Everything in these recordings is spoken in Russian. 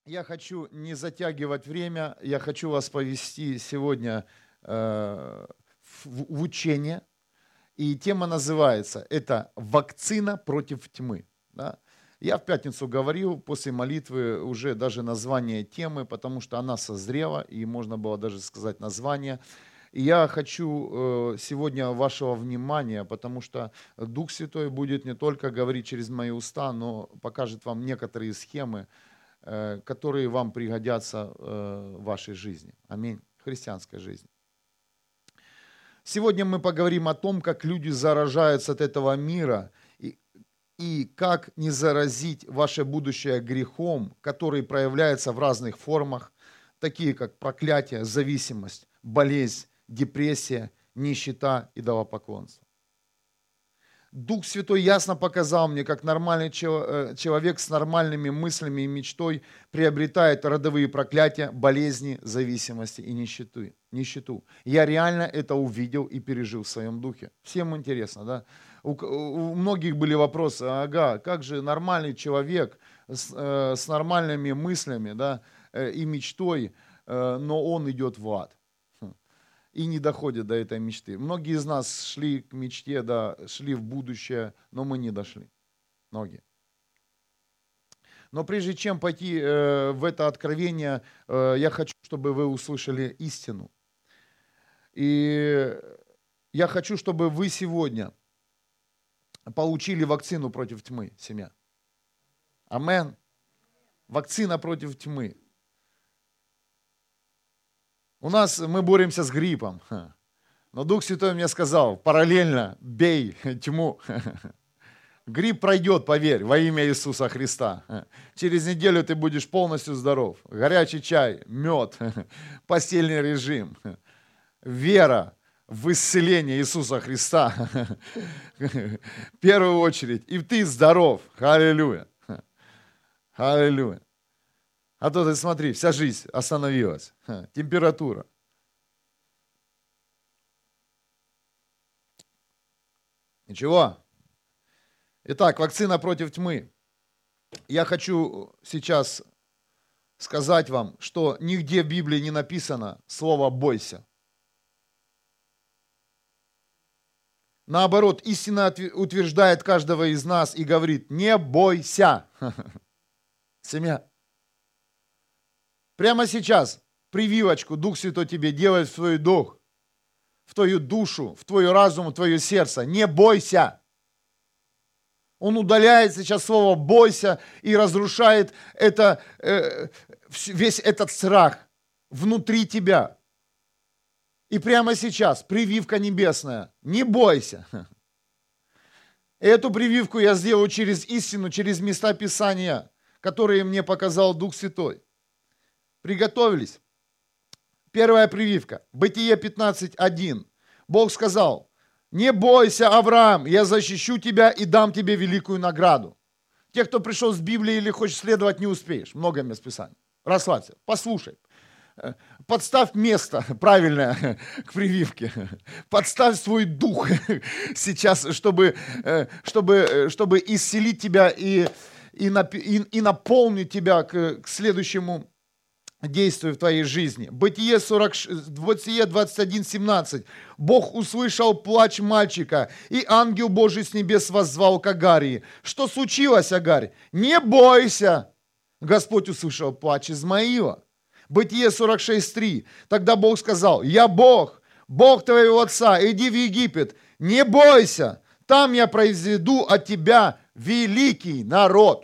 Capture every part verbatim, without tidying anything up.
Я хочу не затягивать время, я хочу вас повести сегодня э, в, в учение. И тема называется «Это вакцина против тьмы». Да? Я в пятницу говорил после молитвы уже даже название темы, потому что она созрела, и можно было даже сказать название. И я хочу э, сегодня вашего внимания, потому что Дух Святой будет не только говорить через мои уста, но покажет вам некоторые схемы, э, которые вам пригодятся э, в вашей жизни. Аминь. В христианской жизни. Сегодня мы поговорим о том, как люди заражаются от этого мира и, и как не заразить ваше будущее грехом, который проявляется в разных формах, такие как проклятие, зависимость, болезнь, депрессия, нищета, идолопоклонство. Дух Святой ясно показал мне, как нормальный человек с нормальными мыслями и мечтой приобретает родовые проклятия, болезни, зависимости и нищеты, нищету. Я реально это увидел и пережил в своем духе. Всем интересно, да? У, у многих были вопросы: ага, как же нормальный человек с, э, с нормальными мыслями, да, э, и мечтой, э, но он идет в ад и не доходит до этой мечты. Многие из нас шли к мечте, да, шли в будущее, но мы не дошли. Многие. Но прежде чем пойти э, в это откровение, э, я хочу, чтобы вы услышали истину. И я хочу, чтобы вы сегодня получили вакцину против тьмы, семья. Амен. Вакцина против тьмы. У нас мы боремся с гриппом, но Дух Святой мне сказал: параллельно бей тьму. Грипп пройдет, поверь, во имя Иисуса Христа. Через неделю ты будешь полностью здоров. Горячий чай, мед, постельный режим, вера в исцеление Иисуса Христа. В первую очередь. И ты здоров. Аллилуйя. Аллилуйя. А то ты смотри, вся жизнь остановилась. Ха, температура. Ничего. Итак, вакцина против тьмы. Я хочу сейчас сказать вам, что нигде в Библии не написано слово «бойся». Наоборот, истина утверждает каждого из нас и говорит: не бойся. Семья. Прямо сейчас прививочку Дух Святой тебе делает в твой дух, в твою душу, в твой разум, в твое сердце. Не бойся. Он удаляет сейчас слово «бойся» и разрушает это, э, весь этот страх внутри тебя. И прямо сейчас прививка небесная. Не бойся. Эту прививку я сделаю через истину, через места Писания, которые мне показал Дух Святой. Приготовились. Первая прививка. Бытие пятнадцать один. Бог сказал: не бойся, Авраам, я защищу тебя и дам тебе великую награду. Те, кто пришел с Библией или хочет следовать, не успеешь. Много мест Писания. Расслабься, послушай. Подставь место правильное к прививке. Подставь свой дух сейчас, чтобы, чтобы, чтобы исцелить тебя и, и, и, и наполнить тебя к, к следующему действуй в твоей жизни. Бытие, сорок, Бытие двадцать один семнадцать. Бог услышал плач мальчика, и ангел Божий с небес воззвал к Агарии. Что случилось, Агарь? Не бойся. Господь услышал плач Измаила. Бытие сорок шесть три. Тогда Бог сказал: я Бог, Бог твоего отца, иди в Египет. Не бойся, там я произведу от тебя великий народ.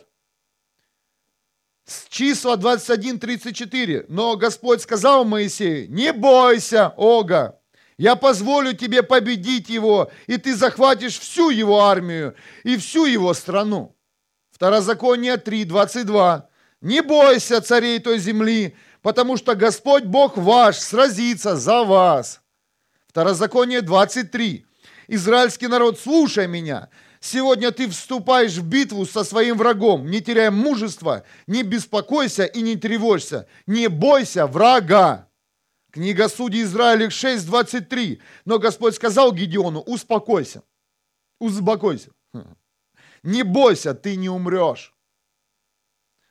Числа двадцать один тридцать четыре. Но Господь сказал Моисею: не бойся, Ога, я позволю тебе победить его, и ты захватишь всю его армию и всю его страну. Второзаконие три двадцать два. Не бойся царей той земли, потому что Господь Бог ваш сразится за вас. Второзаконие двадцать три. Израильский народ, слушай меня. Сегодня ты вступаешь в битву со своим врагом. Не теряй мужества, не беспокойся и не тревожься. Не бойся врага. Книга Судей Израиля шесть двадцать три. Но Господь сказал Гедеону: успокойся. Успокойся. Не бойся, ты не умрешь.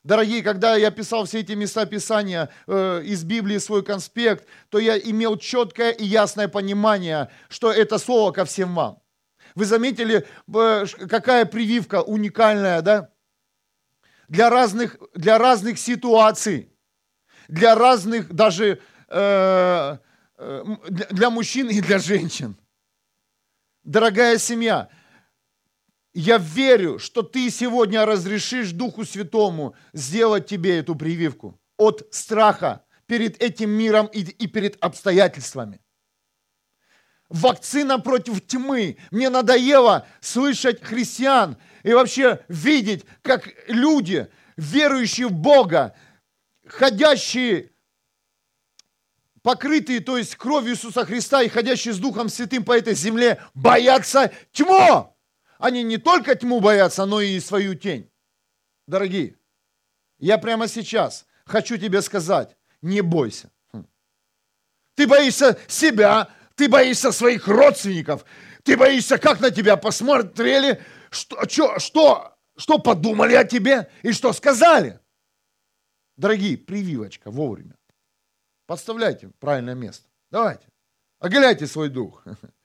Дорогие, когда я писал все эти места Писания э, из Библии, свой конспект, то я имел четкое и ясное понимание, что это слово ко всем вам. Вы заметили, э, какая прививка уникальная, да? Для разных, для разных ситуаций, для разных даже э, э, для, для мужчин и для женщин. Дорогая семья, я верю, что ты сегодня разрешишь Духу Святому сделать тебе эту прививку от страха перед этим миром и, и перед обстоятельствами. Вакцина против тьмы. Мне надоело слышать христиан и вообще видеть, как люди, верующие в Бога, ходящие, покрытые, то есть кровью Иисуса Христа и ходящие с Духом Святым по этой земле, боятся тьму. Они не только тьму боятся, но и свою тень. Дорогие, я прямо сейчас хочу тебе сказать, не бойся. Ты боишься себя, ты боишься своих родственников, ты боишься, как на тебя посмотрели, что, что, что, что подумали о тебе и что сказали. Дорогие, прививочка вовремя. Подставляйте в правильное место. Давайте, оголяйте свой дух.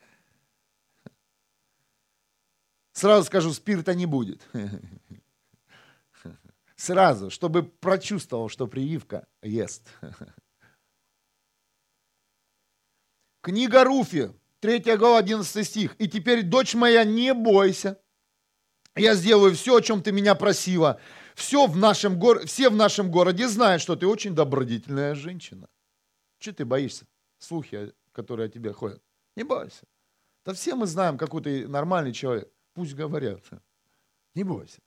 Сразу скажу, спирта не будет. Сразу, чтобы прочувствовал, что прививка ест. Книга Руфи, третья глава, одиннадцатый стих. «И теперь, дочь моя, не бойся. Я сделаю все, о чем ты меня просила. Все в нашем, го... все в нашем городе знают, что ты очень добродетельная женщина». Чего ты боишься? Слухи, которые о тебе ходят. Не бойся. Да все мы знаем, какой ты нормальный человек. Пусть говорят. Не бойся.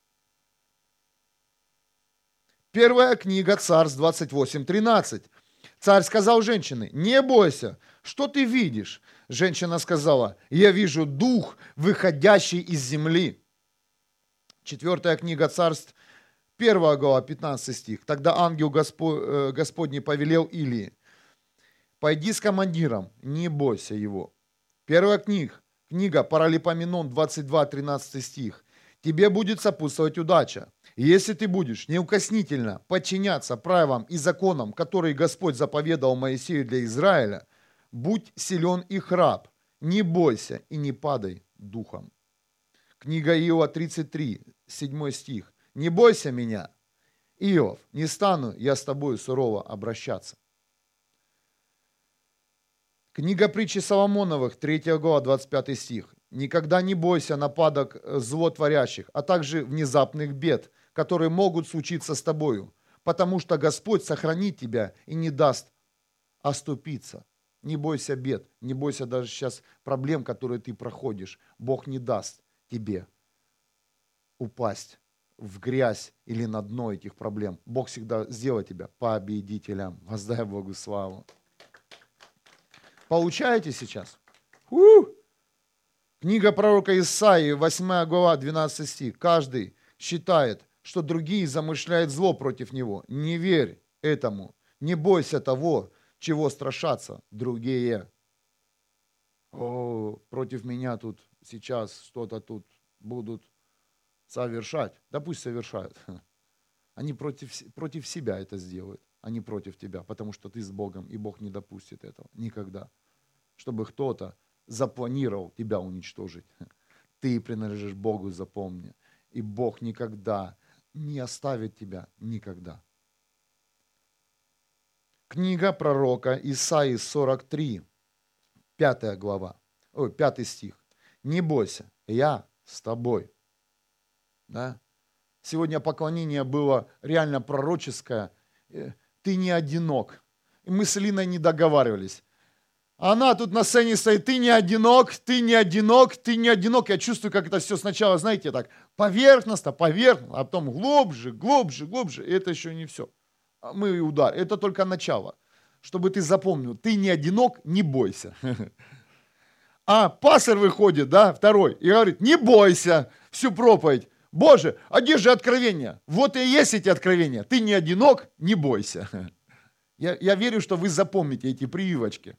Первая книга Царств двадцать восемь тринадцать. Царь сказал женщине: не бойся, что ты видишь? Женщина сказала: я вижу дух, выходящий из земли. Четвертая книга Царств, первая глава, пятнадцатый стих. Тогда ангел Господь, Господний повелел Илии: пойди с командиром, не бойся его. Первая книга, книга Паралипоменон, двадцать два тринадцатый стих. Тебе будет сопутствовать удача, если ты будешь неукоснительно подчиняться правилам и законам, которые Господь заповедал Моисею для Израиля. Будь силен и храб, не бойся и не падай духом. Книга Иова тридцать три, седьмой стих. Не бойся меня, Иов, не стану я с тобою сурово обращаться. Книга притчи Соломоновых, третья глава, двадцать пятый стих. Никогда не бойся нападок злотворящих, а также внезапных бед, которые могут случиться с тобою, потому что Господь сохранит тебя и не даст оступиться. Не бойся бед, не бойся даже сейчас проблем, которые ты проходишь. Бог не даст тебе упасть в грязь или на дно этих проблем. Бог всегда сделает тебя победителем. Воздай Богу славу. Получаете сейчас? У-у-у! Книга пророка Исаии, восьмая глава, двенадцатый стих. Каждый считает, что другие замышляют зло против него. Не верь этому. Не бойся того, чего страшатся другие. О, против меня тут сейчас что-то тут будут совершать. Да пусть совершают. Они против, против себя это сделают, а не против тебя, потому что ты с Богом, и Бог не допустит этого никогда. Чтобы кто-то запланировал тебя уничтожить. Ты принадлежишь Богу, запомни. И Бог никогда не оставит тебя, никогда. Книга пророка Исаии сорок три, пятая глава, ой, пятый стих. Не бойся, я с тобой. Да? Сегодня поклонение было реально пророческое. Ты не одинок. И мы с Линой не договаривались. Она тут на сцене стоит: ты не одинок, ты не одинок, ты не одинок. Я чувствую, как это все сначала, знаете, так поверхностно, поверхностно, а потом глубже, глубже, глубже. И это еще не все. Мы удар. Это только начало. Чтобы ты запомнил, ты не одинок, не бойся. А пастор выходит, да, второй, и говорит: не бойся, всю проповедь. Боже, а где же откровения? Вот и есть эти откровения. Ты не одинок, не бойся. Я, я верю, что вы запомните эти прививочки.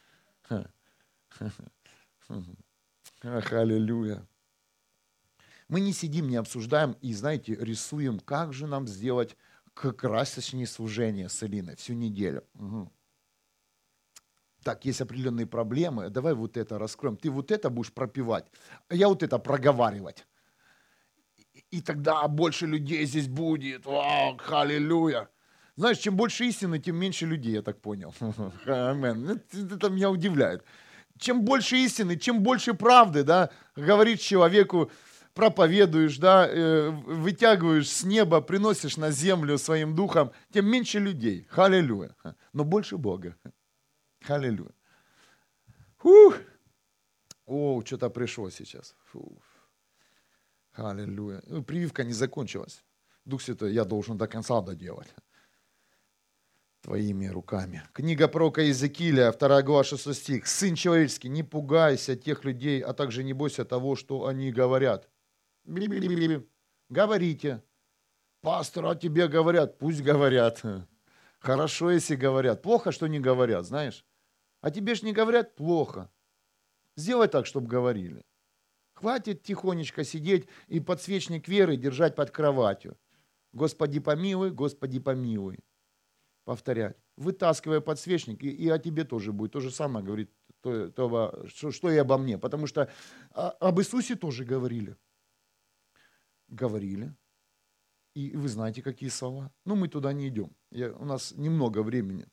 Ах, аллилуйя. Мы не сидим, не обсуждаем и, знаете, рисуем, как же нам сделать красочнее служение с Элиной всю неделю. Угу. Так, есть определенные проблемы, давай вот это раскроем. Ты вот это будешь пропевать, а я вот это проговаривать. И тогда больше людей здесь будет. Вау, аллилуйя. Знаешь, чем больше истины, тем меньше людей, я так понял. Амен. Это меня удивляет. Чем больше истины, чем больше правды, да, говорит человеку, проповедуешь, да, э, вытягиваешь с неба, приносишь на землю своим духом, тем меньше людей. Аллилуйя. Но больше Бога. Аллилуйя. Фух. О, что-то пришло сейчас. Фух. Аллилуйя. Ну, прививка не закончилась. Дух Святой, я должен до конца доделать. Твоими руками. Книга пророка Иезекииля, вторая глава, шестой стих. «Сын человеческий, не пугайся тех людей, а также не бойся того, что они говорят». Бли-бли-бли-бли. Говорите. Пастор, о тебе говорят. Пусть говорят. Хорошо, если говорят. Плохо, что не говорят, знаешь. А тебе ж не говорят, плохо. Сделай так, чтобы говорили. Хватит тихонечко сидеть и подсвечник веры держать под кроватью. Господи помилуй, Господи помилуй. Повторять. Вытаскивая подсвечник, и, и о тебе тоже будет. То же самое говорит, то, то, что, что и обо мне. Потому что а, об Иисусе тоже говорили. Говорили. И вы знаете, какие слова. Но мы туда не идем. Я, у нас немного времени.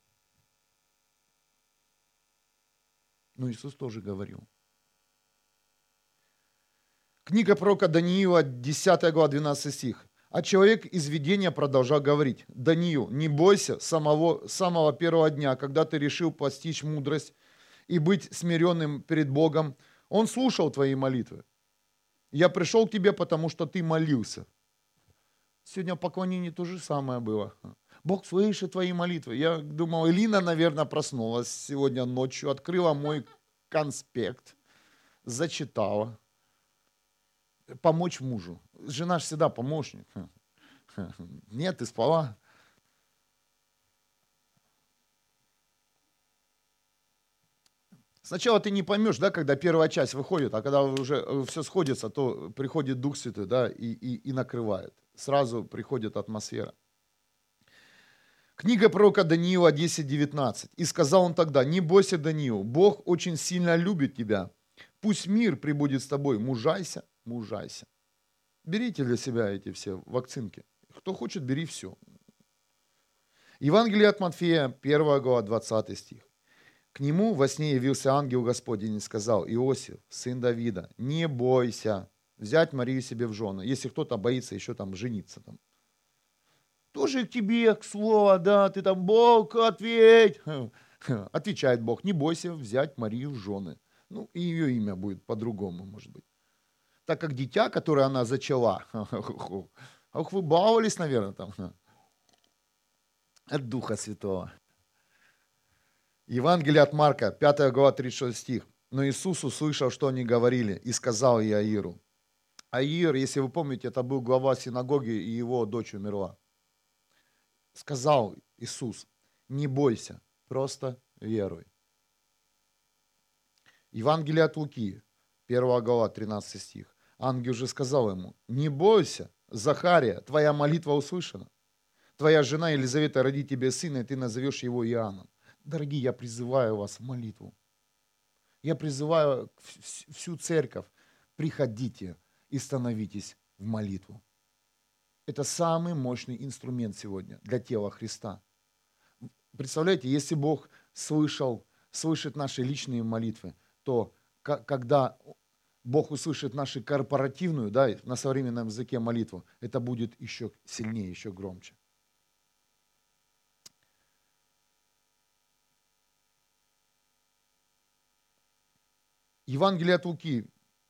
Но Иисус тоже говорил. Книга пророка Даниила, десятая глава, двенадцатый стих. А человек из видения продолжал говорить: Даниил, не бойся самого, самого первого дня, когда ты решил постичь мудрость и быть смиренным перед Богом. Он слушал твои молитвы. Я пришел к тебе, потому что ты молился. Сегодня в поклонении то же самое было. Бог слышит твои молитвы. Я думал, Элина, наверное, проснулась сегодня ночью, открыла мой конспект, зачитала. Помочь мужу. Жена же всегда помощник. Нет, ты спала. Сначала ты не поймешь, да, когда первая часть выходит, а когда уже все сходится, то приходит Дух Святой, да, и, и, и накрывает. Сразу приходит атмосфера. Книга пророка Даниила десять девятнадцать. «И сказал он тогда: не бойся, Даниил, Бог очень сильно любит тебя. Пусть мир пребудет с тобой, мужайся, мужайся». Берите для себя эти все вакцинки. Кто хочет, бери все. Евангелие от Матфея, первая глава, двадцатый стих. «К нему во сне явился ангел Господень и сказал: Иосиф, сын Давида, не бойся взять Марию себе в жены». Если кто-то боится еще там жениться. Там. Тоже к тебе, к слову, да, ты там, Бог, ответь. Отвечает Бог: не бойся взять Марию в жены. Ну, и ее имя будет по-другому, может быть. Так как дитя, которое она зачала, ох, вы баловались, наверное, там, от Духа Святого. Евангелие от Марка, пятая глава, тридцать шестой стих. «Но Иисус услышал, что они говорили, и сказал Иаиру». Аир, если вы помните, это был глава синагоги, и его дочь умерла. Сказал Иисус: не бойся, просто веруй. Евангелие от Луки, первая глава, тринадцатый стих. Ангел же сказал ему: не бойся, Захария, твоя молитва услышана. Твоя жена Елизавета родит тебе сына, и ты назовешь его Иоанном. Дорогие, я призываю вас в молитву. Я призываю всю церковь: приходите и становитесь в молитву. Это самый мощный инструмент сегодня для тела Христа. Представляете, если Бог слышал, слышит наши личные молитвы, то когда Бог услышит нашу корпоративную, да, на современном языке молитву, это будет еще сильнее, еще громче. Евангелие от Луки,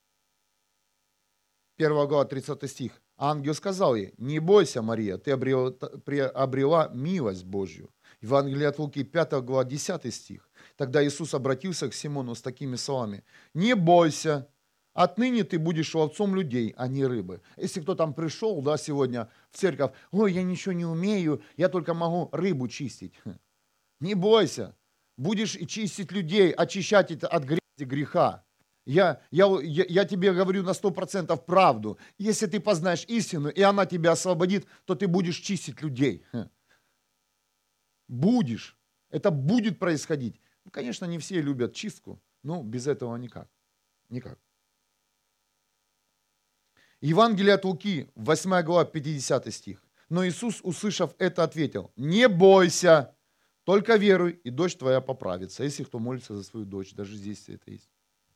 первая глава, тридцатый стих. Ангел сказал ей: не бойся, Мария, ты обрела, приобрела милость Божью. Евангелие от Луки, пятая глава, десятый стих. Тогда Иисус обратился к Симону с такими словами: не бойся, отныне ты будешь ловцом людей, а не рыбы. Если кто там пришел, да, сегодня в церковь: ой, я ничего не умею, я только могу рыбу чистить. Не бойся, будешь и чистить людей, очищать это от грязи, греха. Я, я, я, я тебе говорю на сто процентов правду. Если ты познаешь истину, и она тебя освободит, то ты будешь чистить людей. Будешь. Это будет происходить. Ну, конечно, не все любят чистку, но без этого никак. Никак. Евангелие от Луки, восьмая глава, пятидесятый стих. Но Иисус, услышав это, ответил: не бойся, только веруй, и дочь твоя поправится. Если кто молится за свою дочь, даже здесь это есть.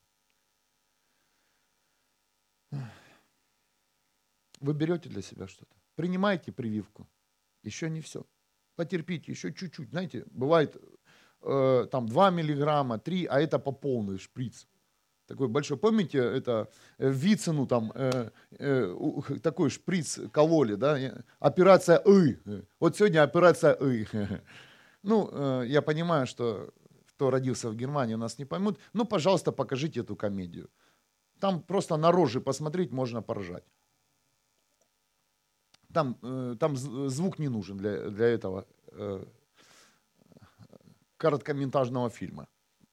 Вы берете для себя что-то, принимаете прививку, еще не все. Потерпите еще чуть-чуть. Знаете, бывает э, там два миллиграмма, три, а это по полный шприц. Такой большой. Помните, это в Вицину там э, э, такой шприц кололи, да? Операция «Ы». Вот сегодня операция «Ы». Ну, э, я понимаю, что кто родился в Германии, нас не поймут. Ну, пожалуйста, покажите эту комедию. Там просто на рожи посмотреть можно поржать. Там, э, там звук не нужен для, для этого э, короткометражного фильма.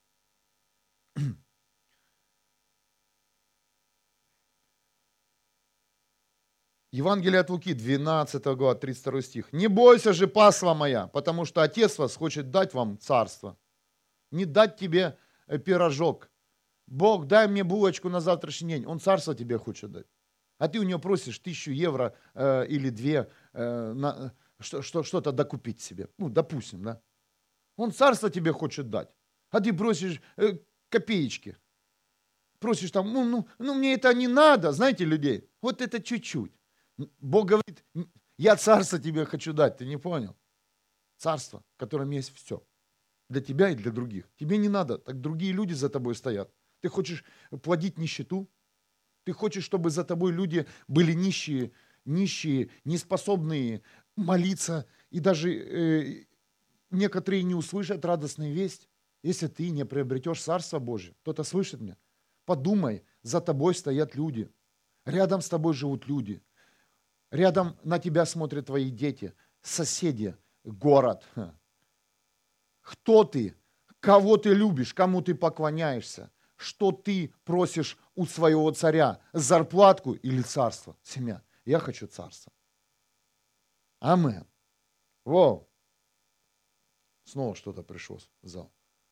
Евангелие от Луки, двенадцатая глава, тридцать второй стих. «Не бойся же, паства моя, потому что Отец вас хочет дать вам царство. Не дать тебе пирожок. Бог, дай мне булочку на завтрашний день. Он царство тебе хочет дать. А ты у него просишь тысячу евро э, или две э, на что, что, что-то докупить себе. Ну, допустим, да. Он царство тебе хочет дать. А ты просишь э, копеечки. Просишь там, ну, ну, ну, мне это не надо, знаете, людей. Вот это чуть-чуть. Бог говорит, я царство тебе хочу дать, ты не понял? Царство, в котором есть все. Для тебя и для других. Тебе не надо, так другие люди за тобой стоят. Ты хочешь плодить нищету? Ты хочешь, чтобы за тобой люди были нищие, нищие, неспособные молиться, и даже э, некоторые не услышат радостную весть, если ты не приобретешь Царство Божие. Кто-то слышит меня? Подумай, за тобой стоят люди, рядом с тобой живут люди, рядом на тебя смотрят твои дети, соседи, город. Кто ты? Кого ты любишь? Кому ты поклоняешься? Что ты просишь у своего царя? Зарплатку или царство? Семья. Я хочу царство. Амен. Воу. Снова что-то пришло в зал.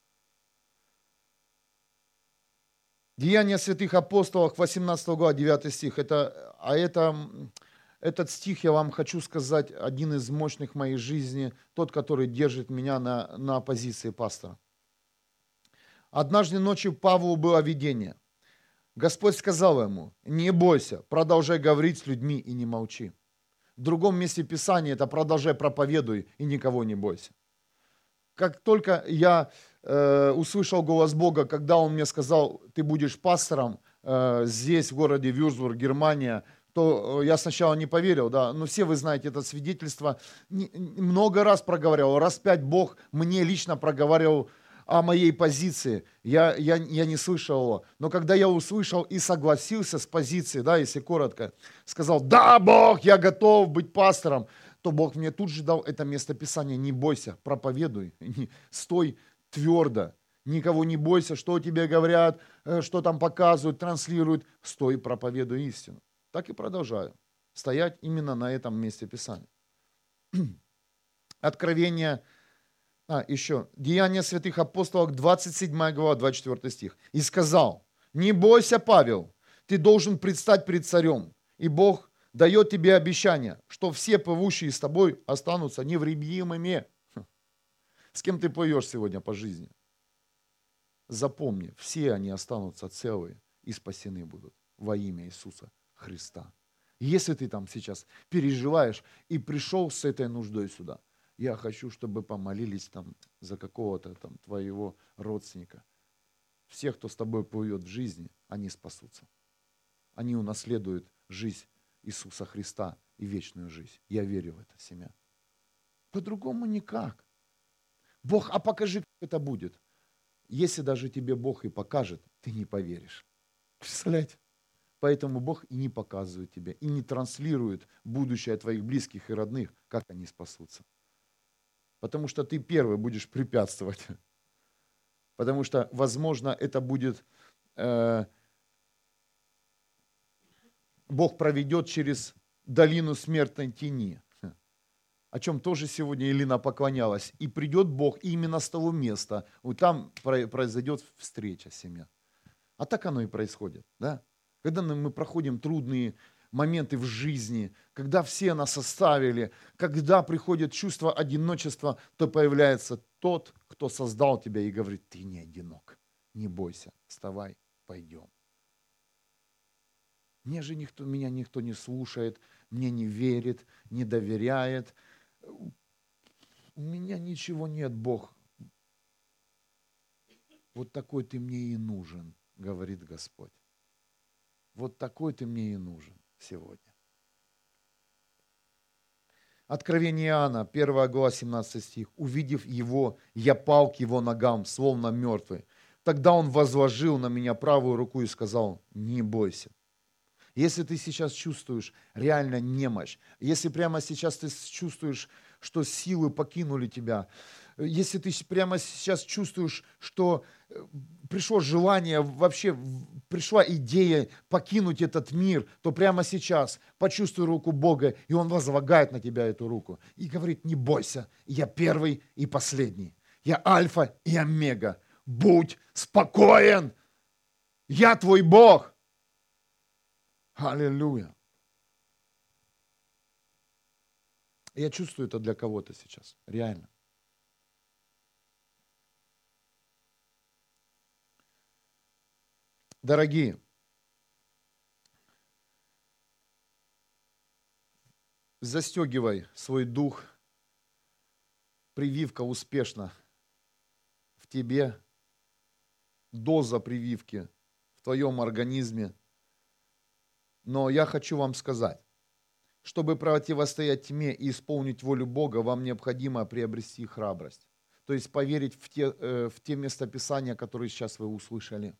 Деяния святых апостолов, восемнадцатая глава, девятый стих. Это, а это, этот стих, я вам хочу сказать, один из мощных в моей жизни, тот, который держит меня на, на позиции пастора. Однажды ночью Павлу было видение. Господь сказал ему: не бойся, продолжай говорить с людьми и не молчи. В другом месте Писания это: продолжай проповедуй и никого не бойся. Как только я э, услышал голос Бога, когда Он мне сказал: ты будешь пастором э, здесь, в городе Вюрцбург, Германия, то я сначала не поверил, да, но все вы знаете это свидетельство. Не, много раз проговаривал, раз пять Бог мне лично проговаривал о моей позиции, я, я, я не слышал его. Но когда я услышал и согласился с позицией, да, если коротко, сказал: да, Бог, я готов быть пастором, то Бог мне тут же дал это местописание: не бойся, проповедуй, не, стой твердо, никого не бойся, что тебе говорят, что там показывают, транслируют, стой, проповедуй истину. Так и продолжаю стоять именно на этом месте Писания. Откровение. А, еще. Деяния святых апостолов, двадцать седьмая глава, двадцать четвёртый стих. «И сказал: не бойся, Павел, ты должен предстать перед царем, и Бог дает тебе обещание, что все плывущие с тобой останутся невредимыми». С кем ты плывешь сегодня по жизни? Запомни, все они останутся целые и спасены будут во имя Иисуса Христа. Если ты там сейчас переживаешь и пришел с этой нуждой сюда, я хочу, чтобы помолились там за какого-то там твоего родственника. Все, кто с тобой плывет в жизни, они спасутся. Они унаследуют жизнь Иисуса Христа и вечную жизнь. Я верю в это, семья. По-другому никак. Бог, а покажи, как это будет. Если даже тебе Бог и покажет, ты не поверишь. Представляете? Поэтому Бог и не показывает тебе, и не транслирует будущее твоих близких и родных, как они спасутся. Потому что ты первый будешь препятствовать. Потому что, возможно, это будет э, Бог проведет через долину смертной тени, о чем тоже сегодня Елена поклонялась. И придет Бог именно с того места, вот там произойдет встреча семья. А так оно и происходит, да? Когда мы проходим трудные моменты в жизни, когда все нас оставили, когда приходит чувство одиночества, то появляется тот, кто создал тебя и говорит: ты не одинок, не бойся, вставай, пойдем. Мне же никто, меня никто не слушает, мне не верит, не доверяет. У меня ничего нет, Бог. Вот такой ты мне и нужен, говорит Господь. Вот такой ты мне и нужен сегодня. Откровение Иоанна, первая глава, семнадцатый стих. «Увидев его, я пал к его ногам, словно мертвый. Тогда он возложил на меня правую руку и сказал: не бойся». Если ты сейчас чувствуешь реально немощь, если прямо сейчас ты чувствуешь, что силы покинули тебя, если ты прямо сейчас чувствуешь, что пришло желание, вообще пришла идея покинуть этот мир, то прямо сейчас почувствуй руку Бога, и Он возлагает на тебя эту руку и говорит: не бойся, я первый и последний, я альфа и омега, будь спокоен, я твой Бог. Аллилуйя. Я чувствую это для кого-то сейчас, реально. Дорогие, застегивай свой дух, прививка успешна в тебе, доза прививки в твоем организме. Но я хочу вам сказать, чтобы противостоять тьме и исполнить волю Бога, вам необходимо приобрести храбрость. То есть поверить в те, э, в те местописания, которые сейчас вы услышали.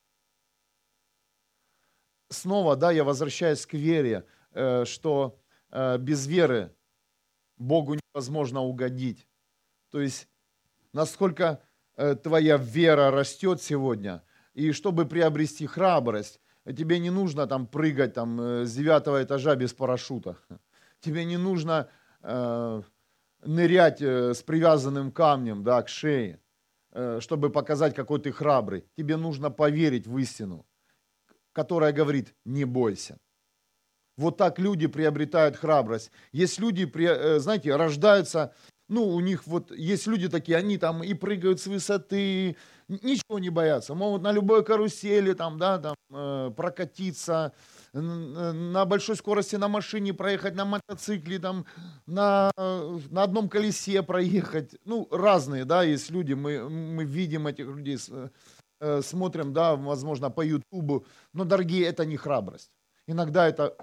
Снова, да, я возвращаюсь к вере, э, что э, без веры Богу невозможно угодить. То есть насколько э, твоя вера растет сегодня, и чтобы приобрести храбрость, тебе не нужно там прыгать там, с девятого этажа без парашюта. Тебе не нужно э, нырять э, с привязанным камнем, да, к шее, э, чтобы показать, какой ты храбрый. Тебе нужно поверить в истину, которая говорит: не бойся. Вот так люди приобретают храбрость. Есть люди, э, знаете, рождаются, ну, у них вот есть люди такие, они там и прыгают с высоты, ничего не боятся. Могут на любой карусели там, да, там, э, прокатиться, на большой скорости на машине проехать, на мотоцикле, там, на, на одном колесе проехать. Ну, разные, да, есть люди, мы, мы видим этих людей, э, смотрим, да, возможно, по Ютубу. Но, дорогие, это не храбрость. Иногда это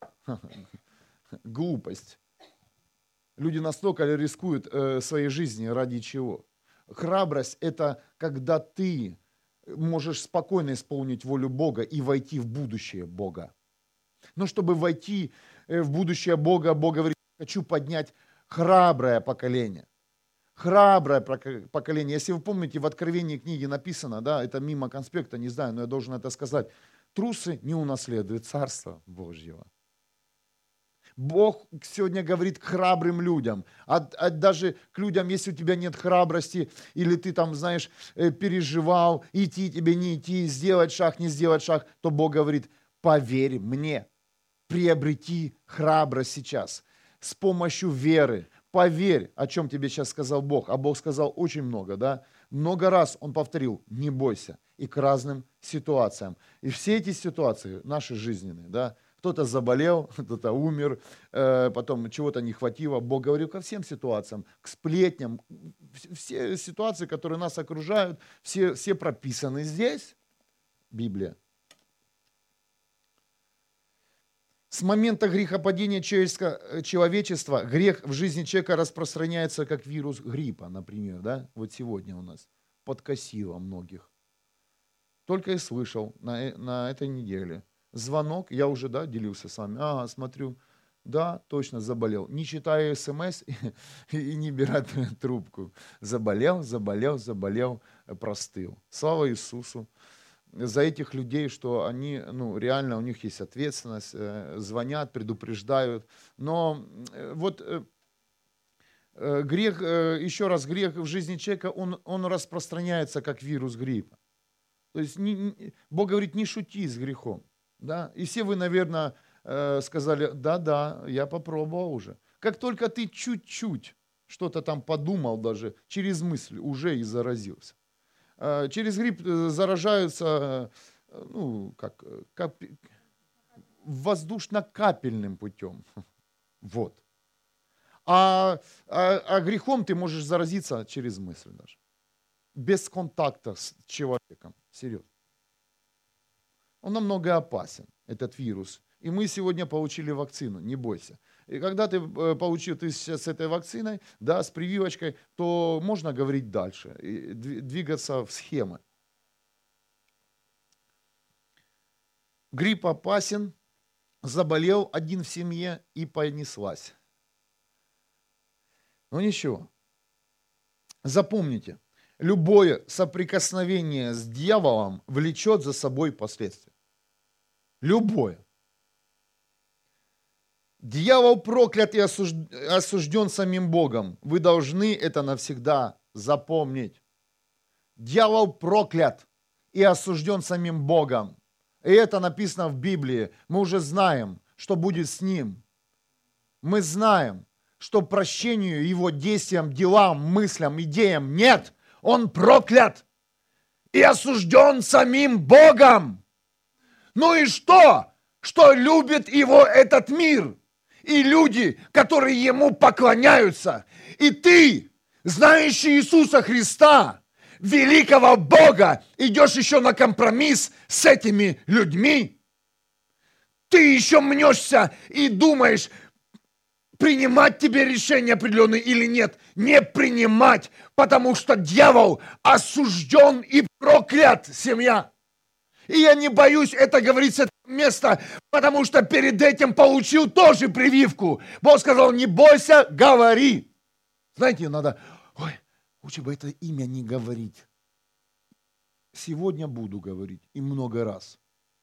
глупость. Люди настолько рискуют э, своей жизнью ради чего? Храбрость – это когда ты можешь спокойно исполнить волю Бога и войти в будущее Бога. Но чтобы войти в будущее Бога, Бог говорит: хочу поднять храброе поколение. Храброе поколение. Если вы помните, в Откровении книги написано, да, это мимо конспекта, не знаю, но я должен это сказать: трусы не унаследуют Царство Божьего. Бог сегодня говорит к храбрым людям, а, а даже к людям, если у тебя нет храбрости, или ты там, знаешь, переживал, идти тебе, не идти, сделать шаг, не сделать шаг, то Бог говорит: поверь мне, приобрети храбрость сейчас с помощью веры. Поверь, о чем тебе сейчас сказал Бог. А Бог сказал очень много, да? Много раз Он повторил: не бойся. И к разным ситуациям. И все эти ситуации наши жизненные, да? Кто-то заболел, кто-то умер, потом чего-то не хватило. Бог говорил ко всем ситуациям, к сплетням. Все ситуации, которые нас окружают, все, все прописаны здесь, Библия. С момента грехопадения человечества грех в жизни человека распространяется как вирус гриппа, например. Да? Вот сегодня у нас подкосило многих. Только и слышал на, на этой неделе. Звонок, я уже, да, делился с вами. Ага, смотрю, да, точно заболел. Не читаю смс и, и не беру трубку. Заболел, заболел, заболел, простыл. Слава Иисусу. за этих людей, что они, ну, реально у них есть ответственность, э, звонят, предупреждают. Но э, вот э, э, грех, э, еще раз, грех в жизни человека, он, он распространяется как вирус гриппа. То есть не- не- Бог говорит, не шути с грехом. Да? И все вы, наверное, э, сказали, да-да, я попробовал уже. Как только ты чуть-чуть что-то там подумал даже, через мысль уже и заразился. Э, Через грипп э, заражаются, э, ну, как, э, капи- воздушно-капельным путем. Вот. А, а, а грехом ты можешь заразиться через мысль даже. Без контакта с человеком. Серьезно. Он намного опасен, этот вирус. И мы сегодня получили вакцину, не бойся. И когда ты э, получил ты сейчас с этой вакциной, да, с прививочкой, то можно говорить дальше, и дви- двигаться в схемы. Грипп опасен, заболел один в семье и понеслась. Ну ничего, запомните, любое соприкосновение с дьяволом влечет за собой последствия. Любое. Дьявол проклят и осужд- осужден самим Богом. Вы должны это навсегда запомнить. Дьявол проклят и осужден самим Богом. И это написано в Библии. Мы уже знаем, что будет с ним. Мы знаем, что прощению его действиям, делам, мыслям, идеям нет. Он проклят и осужден самим Богом. Ну и что? Что любит его этот мир? И люди, которые ему поклоняются. И ты, знающий Иисуса Христа, великого Бога, идешь еще на компромисс с этими людьми? Ты еще мнешься и думаешь, принимать тебе решение определенное или нет. Не принимать, потому что дьявол осужден и проклят, семья. И я не боюсь это говорить с этого места, потому что перед этим получил тоже прививку. Бог сказал, не бойся, говори. Знаете, надо, ой, лучше бы это имя не говорить. Сегодня буду говорить и много раз.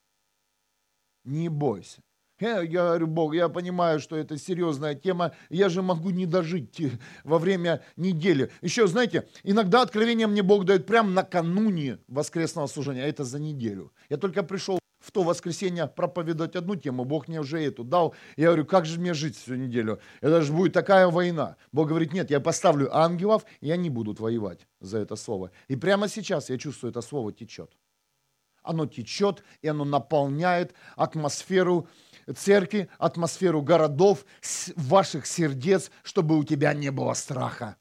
Не бойся. Я, я говорю, Бог, я понимаю, что это серьезная тема, я же могу не дожить во время недели. Еще, знаете, иногда откровение мне Бог дает прямо накануне воскресного служения, а это за неделю. Я только пришел в то воскресенье проповедовать одну тему, Бог мне уже эту дал. Я говорю, как же мне жить всю неделю? Это же будет такая война. Бог говорит, нет, я поставлю ангелов, и они будут воевать за это слово. И прямо сейчас я чувствую, это слово течет. Оно течет, и оно наполняет атмосферу церкви, атмосферу городов, ваших сердец, чтобы у тебя не было страха.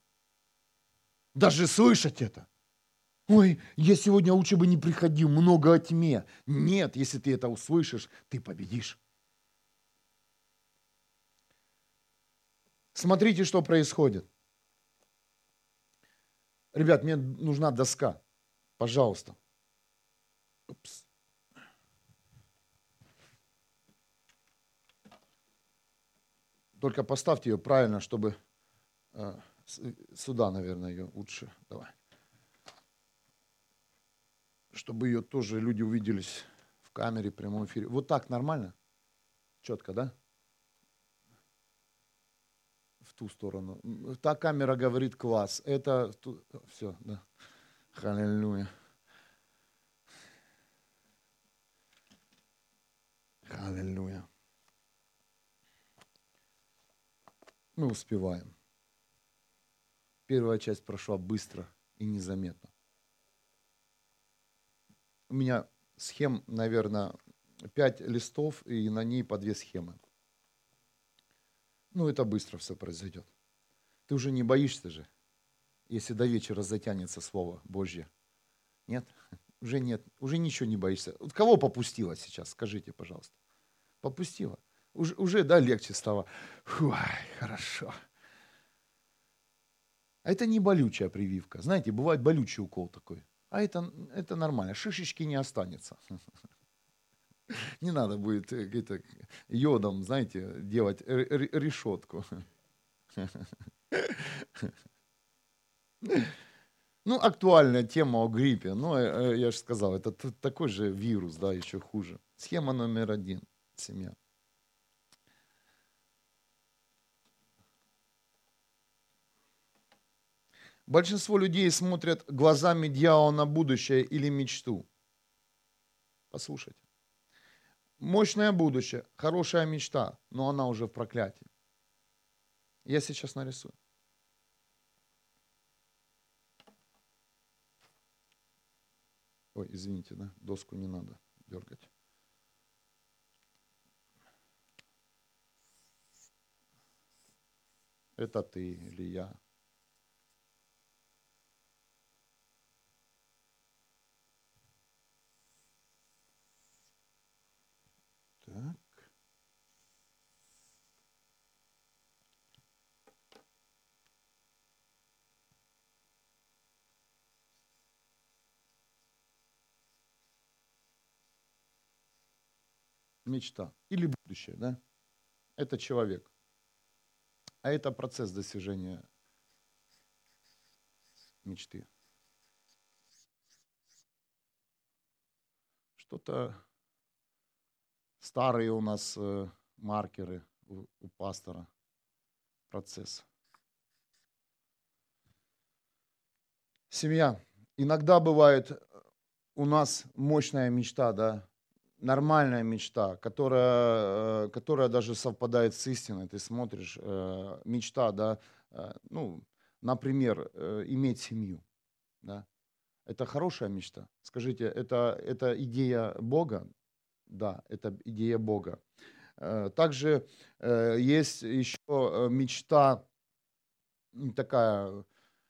Даже слышать это. Ой, я сегодня лучше бы не приходил, много о тьме. Нет, если ты это услышишь, ты победишь. Смотрите, что происходит. Ребят, мне нужна доска. Пожалуйста. Упс. Только поставьте ее правильно, чтобы... Э, сюда, наверное, ее лучше. Давай. Чтобы ее тоже люди увиделись в камере, в прямом эфире. Вот так нормально? Четко, да? В ту сторону. Та камера говорит класс. Это... Все, да. Аллилуйя. Аллилуйя. Мы успеваем. Первая часть прошла быстро и незаметно. У меня схем, наверное, пять листов, и на ней по две схемы. Ну, это быстро все произойдет. Ты уже не боишься же, если до вечера затянется Слово Божье. Нет? Уже нет. Уже ничего не боишься. Вот кого попустило сейчас, скажите, пожалуйста. Попустило. Уже, уже да, легче стало. Фу, хорошо. А это не болючая прививка. Знаете, бывает болючий укол такой. А это, это нормально. Шишечки не останется. Не надо будет это, йодом, знаете, делать решетку. Ну, актуальная тема о гриппе. Ну, э, э, я же сказал, это т- такой же вирус, да, еще хуже. Схема номер один. Семья. Большинство людей смотрят глазами дьявола на будущее или мечту. Послушайте. Мощное будущее, хорошая мечта, но она уже в проклятии. Я сейчас нарисую. Ой, извините, да, доску не надо дергать. Это ты или я? Так. Мечта или будущее, да? Это человек. А это процесс достижения мечты. Что-то старые у нас э, маркеры у, у пастора. Процесс. Семья. Иногда бывает у нас мощная мечта, да, нормальная мечта, которая, э, которая даже совпадает с истиной. Ты смотришь, э, мечта, да, э, ну, например, э, иметь семью, да. Это хорошая мечта. Скажите, это, это идея Бога? Да, это идея Бога. Э, Также э, есть еще э, мечта м, такая,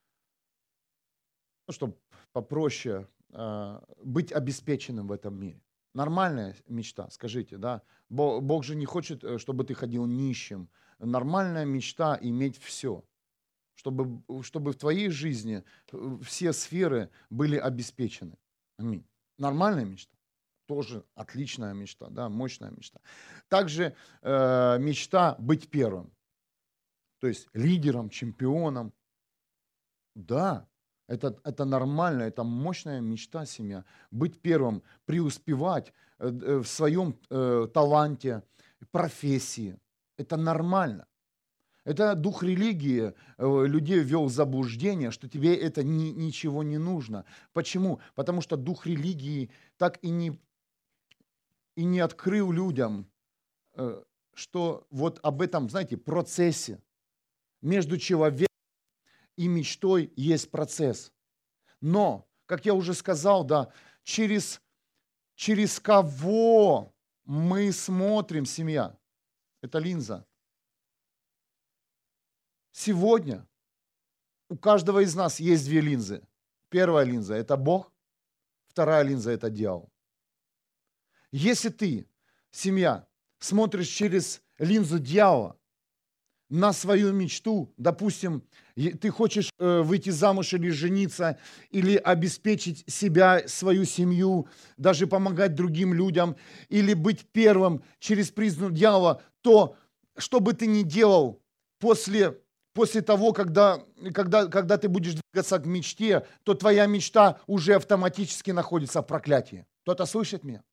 ну, чтобы попроще, а, быть обеспеченным в этом мире. Нормальная мечта, скажите, да? Бо- Бог же не хочет, э, чтобы ты ходил нищим. Нормальная мечта иметь все, чтобы, чтобы в твоей жизни э, все сферы были обеспечены. Аминь. Нормальная мечта. Тоже отличная мечта, да, мощная мечта. Также э, мечта быть первым, то есть лидером, чемпионом. Да, это, это нормально, это мощная мечта семья. Быть первым, преуспевать э, э, в своем э, таланте, профессии. Это нормально. Это дух религии э, людей ввел в заблуждение, что тебе это ни- ничего не нужно. Почему? Потому что дух религии так и не, и не открыл людям, э, что вот об этом, знаете, процессе между человеком и мечтой есть процесс. Но, как я уже сказал, да, через, через кого мы смотрим, семья? Это линза. Сегодня у каждого из нас есть две линзы. Первая линза – это Бог, вторая линза – это дьявол. Если ты, семья, смотришь через линзу дьявола на свою мечту, допустим, е- ты хочешь э, выйти замуж или жениться, или обеспечить себя, свою семью, даже помогать другим людям, или быть первым через призму дьявола, то что бы ты ни делал после, после того, когда, когда, когда ты будешь двигаться к мечте, то твоя мечта уже автоматически находится в проклятии. Кто-то слышит меня?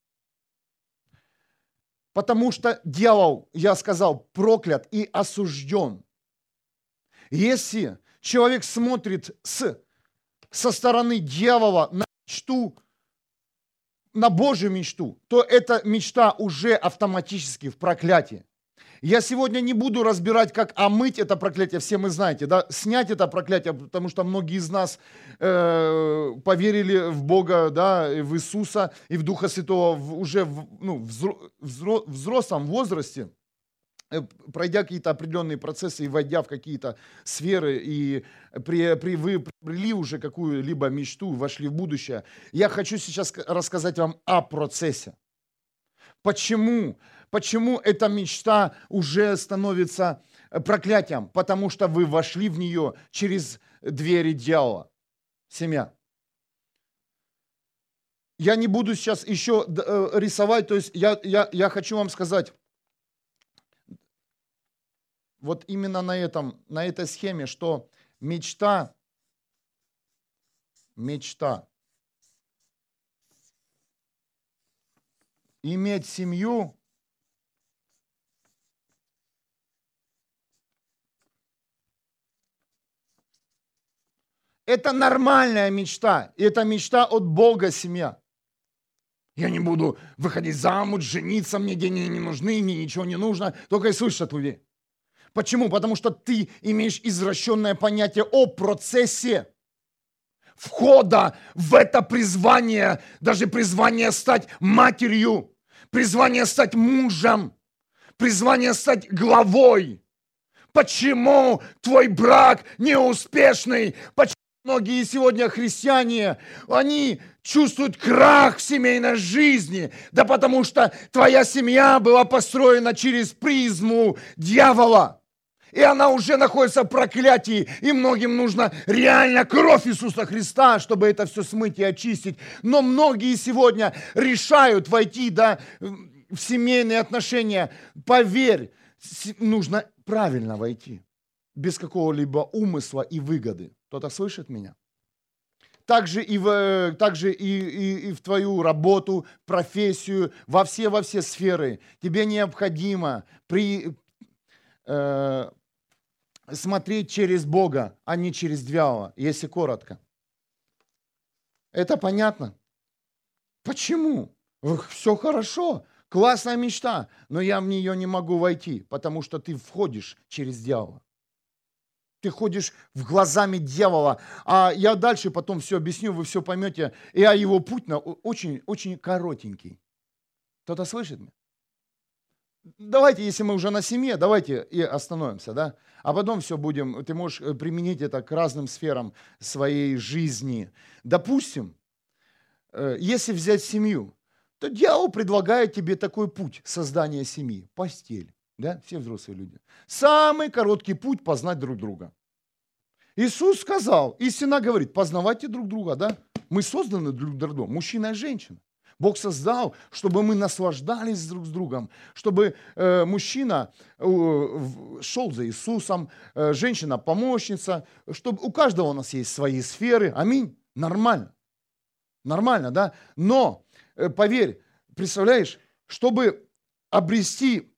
Потому что дьявол, я сказал, проклят и осужден. Если человек смотрит с, со стороны дьявола на мечту, на Божью мечту, то эта мечта уже автоматически в проклятии. Я сегодня не буду разбирать, как омыть это проклятие, все мы знаете, да, снять это проклятие, потому что многие из нас э, поверили в Бога, да, и в Иисуса и в Духа Святого в, уже в, ну, взро, взро, взрослом возрасте, э, пройдя какие-то определенные процессы и войдя в какие-то сферы, и при, при, вы приобрели уже какую-либо мечту, вошли в будущее. Я хочу сейчас ска- рассказать вам о процессе. Почему? Почему эта мечта уже становится э, проклятием? Потому что вы вошли в нее через двери дьявола. Семья. Я не буду сейчас еще д- э, рисовать, то есть я, я, я хочу вам сказать, вот именно на, этом, на этой схеме, что мечта мечта. Иметь семью – это нормальная мечта. И это мечта от Бога семья. Я не буду выходить замуж, жениться, мне деньги не нужны, мне ничего не нужно. Только и слышь от людей. Почему? Потому что ты имеешь извращенное понятие о процессе входа в это призвание, даже призвание стать матерью, призвание стать мужем, призвание стать главой. Почему твой брак неуспешный? Почему многие сегодня христиане, они чувствуют крах в семейной жизни? Да потому что твоя семья была построена через призму дьявола. И она уже находится в проклятии, и многим нужно реально кровь Иисуса Христа, чтобы это все смыть и очистить. Но многие сегодня решают войти, да, в семейные отношения. Поверь, нужно правильно войти, без какого-либо умысла и выгоды. Кто-то слышит меня? Также и в, также и, и, и в твою работу, профессию, во все, во все сферы. Тебе необходимо при... Э, смотреть через Бога, а не через дьявола, если коротко. Это понятно? Почему? Все хорошо, классная мечта, но я в нее не могу войти, потому что ты входишь через дьявола. Ты ходишь в глазами дьявола, а я дальше потом все объясню, вы все поймете. И а его путь очень, очень коротенький. Кто-то слышит меня? Давайте, если мы уже на семье, давайте и остановимся, да? А потом все будем, ты можешь применить это к разным сферам своей жизни. Допустим, если взять семью, то дьявол предлагает тебе такой путь создания семьи, постель, да? Все взрослые люди. Самый короткий путь познать друг друга. Иисус сказал, истина говорит, познавайте друг друга, да? Мы созданы друг для друга, мужчина и женщина. Бог создал, чтобы мы наслаждались друг с другом, чтобы э, мужчина э, шел за Иисусом, э, женщина помощница, чтобы у каждого у нас есть свои сферы. Аминь. Нормально. Нормально, да? Но, э, поверь, представляешь, чтобы обрести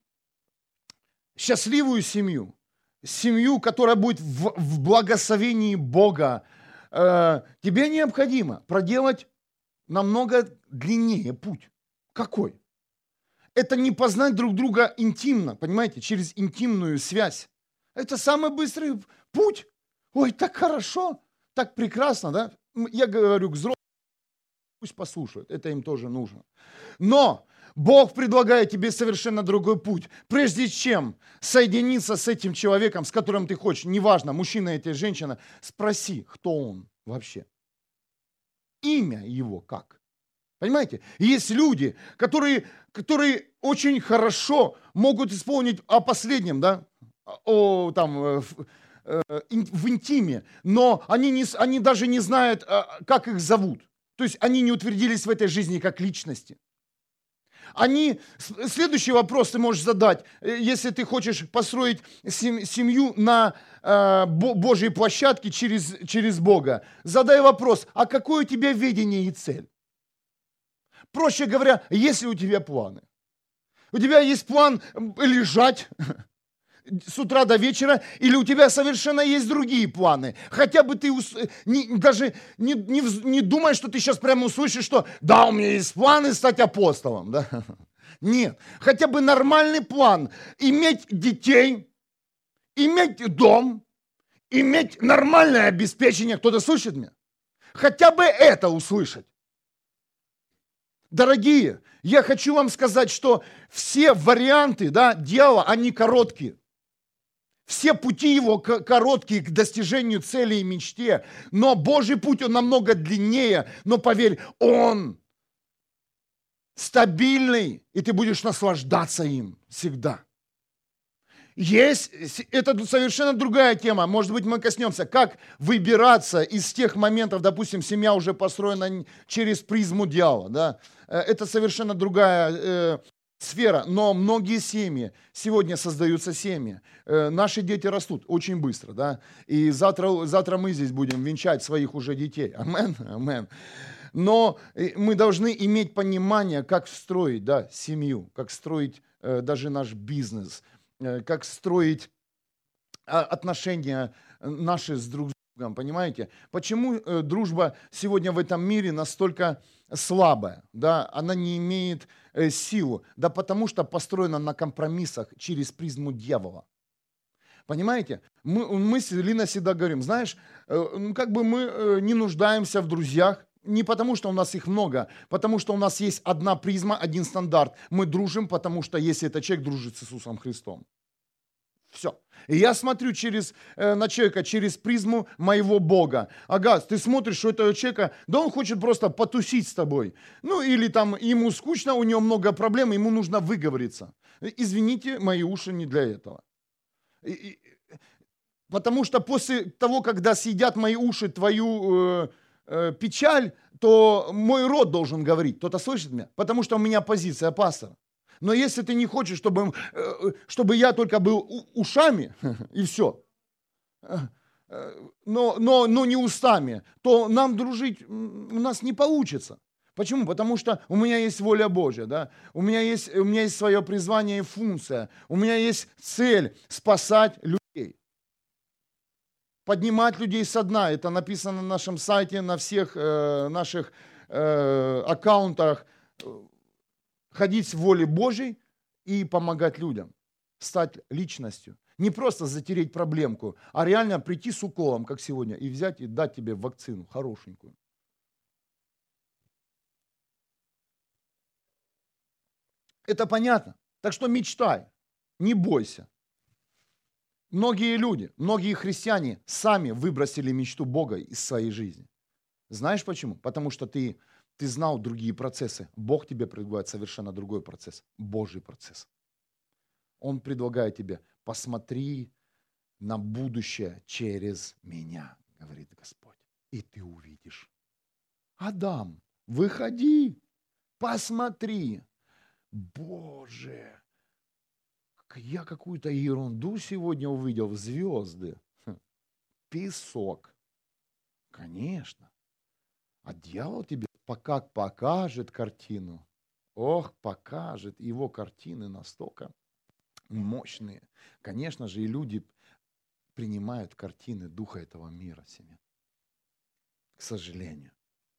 счастливую семью, семью, которая будет в, в благословении Бога, э, тебе необходимо проделать намного длиннее путь. Какой? Это не познать друг друга интимно, понимаете, через интимную связь. Это самый быстрый путь. Ой, так хорошо, так прекрасно, да? Я говорю к взрослым, пусть послушают, это им тоже нужно. Но Бог предлагает тебе совершенно другой путь. Прежде чем соединиться с этим человеком, с которым ты хочешь, неважно, мужчина это женщина, спроси, кто он вообще. Имя его как? Понимаете? Есть люди, которые, которые очень хорошо могут исполнить о последнем, да, о, там, в, в интиме, но они, не, они даже не знают, как их зовут. То есть они не утвердились в этой жизни как личности. Они, следующий вопрос ты можешь задать, если ты хочешь построить семью на э, Божьей площадке через, через Бога. Задай вопрос, а какое у тебя видение и цель? Проще говоря, есть ли у тебя планы? У тебя есть план лежать с утра до вечера, или у тебя совершенно есть другие планы? Хотя бы ты не, даже не, не, не думай, что ты сейчас прямо услышишь, что да, у меня есть планы стать апостолом. Да? Нет, хотя бы нормальный план. Иметь детей, иметь дом, иметь нормальное обеспечение. Кто-то слышит меня? Хотя бы это услышать. Дорогие, я хочу вам сказать, что все варианты, да, дьявола, они короткие. Все пути его короткие к достижению цели и мечте. Но Божий путь, он намного длиннее. Но поверь, он стабильный, и ты будешь наслаждаться им всегда. Есть, это совершенно другая тема. Может быть, мы коснемся, как выбираться из тех моментов, допустим, семья уже построена через призму дьявола. Да? Это совершенно другая сфера, но многие семьи, сегодня создаются семьи, Э, наши дети растут очень быстро, да, и завтра, завтра мы здесь будем венчать своих уже детей, амен, амен. Но э, мы должны иметь понимание, как строить, да, семью, как строить э, даже наш бизнес, э, как строить а, отношения наши с друг с другом, понимаете? Почему э, дружба сегодня в этом мире настолько слабая, да, она не имеет э, силу? Да потому что построена на компромиссах через призму дьявола. Понимаете? Мы, мы с Линой всегда говорим, знаешь, э, ну, как бы мы э, не нуждаемся в друзьях, не потому что у нас их много, потому что у нас есть одна призма, один стандарт. Мы дружим, потому что если этот человек дружит с Иисусом Христом. Все. И я смотрю через, э, на человека через призму моего Бога. Ага, ты смотришь, что этого человека, да он хочет просто потусить с тобой. Ну или там ему скучно, у него много проблем, ему нужно выговориться. Извините, мои уши не для этого. И- и- потому что после того, когда съедят мои уши твою э, э, печаль, то мой рот должен говорить. Кто-то слышит меня? Потому что у меня позиция пастора. Но если ты не хочешь, чтобы, э, чтобы я только был у- ушами, и все, но, но, но не устами, то нам дружить м, у нас не получится. Почему? Потому что у меня есть воля Божья, да? у, меня есть, у меня есть свое призвание и функция, у меня есть цель спасать людей, поднимать людей со дна. Это написано на нашем сайте, на всех э, наших э, аккаунтах. Ходить в воле Божьей и помогать людям, стать личностью. Не просто затереть проблемку, а реально прийти с уколом, как сегодня, и взять и дать тебе вакцину хорошенькую. Это понятно? Так что мечтай, не бойся. Многие люди, многие христиане сами выбросили мечту Бога из своей жизни. Знаешь почему? Потому что ты, ты знал другие процессы. Бог тебе предлагает совершенно другой процесс, Божий процесс. Он предлагает тебе, посмотри на будущее через меня, говорит Господь, и ты увидишь. Адам, выходи, посмотри. Боже, я какую-то ерунду сегодня увидел, звезды, хм, песок. Конечно. А дьявол тебе пока покажет картину. Ох, покажет. Его картины настолько мощные. Конечно же, и люди принимают картины духа этого мира себе. К сожалению.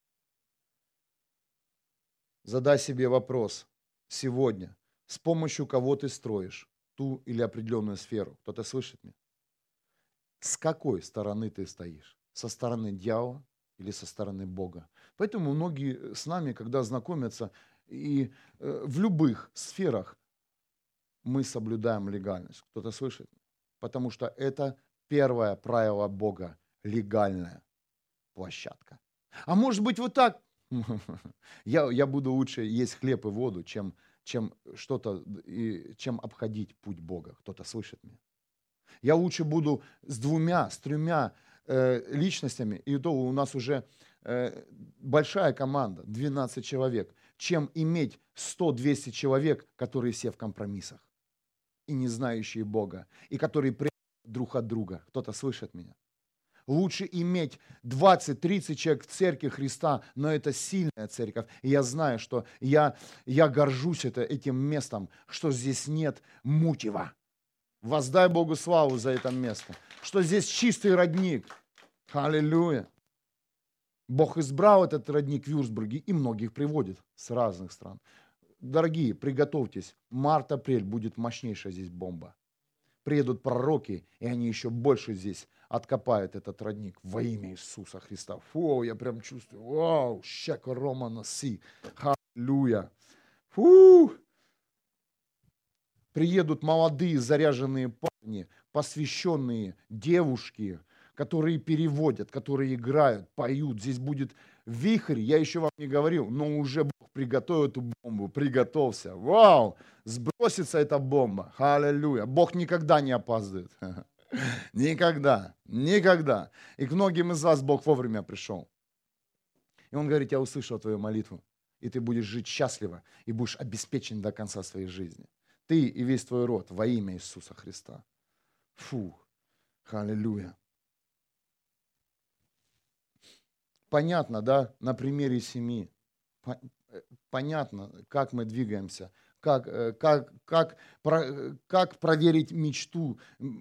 Задай себе вопрос сегодня, с помощью кого ты строишь ту или определенную сферу. Кто-то слышит меня? С какой стороны ты стоишь? Со стороны дьявола или со стороны Бога? Поэтому многие с нами, когда знакомятся, и э, в любых сферах мы соблюдаем легальность. Кто-то слышит? Потому что это первое правило Бога – легальная площадка. А может быть вот так? Я, я буду лучше есть хлеб и воду, чем, чем что-то, и, чем обходить путь Бога. Кто-то слышит меня? Я лучше буду с двумя, с тремя э, личностями, и то у нас уже э, большая команда, двенадцать человек, чем иметь сто-двести человек, которые все в компромиссах и не знающие Бога, и которые прячут друг от друга. Кто-то слышит меня? Лучше иметь двадцать-тридцать человек в церкви Христа, но это сильная церковь. И я знаю, что я, я горжусь это, этим местом, что здесь нет мутева. Воздай Богу славу за это место. Что здесь чистый родник. Аллилуйя. Бог избрал этот родник в Вюрцбурге и многих приводит с разных стран. Дорогие, приготовьтесь. Март-апрель будет мощнейшая здесь бомба. Приедут пророки, и они еще больше здесь откопают этот родник во имя Иисуса Христа. Фу, я прям чувствую. Вау, щека Романа Си. Аллилуйя. Фу. Приедут молодые заряженные парни, посвященные девушки, которые переводят, которые играют, поют. Здесь будет вихрь, я еще вам не говорил, но уже Бог приготовил эту бомбу, приготовься. Вау, сбросится эта бомба. Аллилуйя. Бог никогда не опаздывает. Никогда, никогда. И к многим из вас Бог вовремя пришел. И Он говорит, я услышал твою молитву. и ты будешь жить счастливо, и будешь обеспечен до конца своей жизни. Ты и весь твой род во имя Иисуса Христа. Фу, аллилуйя. Понятно, да, на примере семьи. Понятно, как мы двигаемся, как, как, как, как проверить мечту.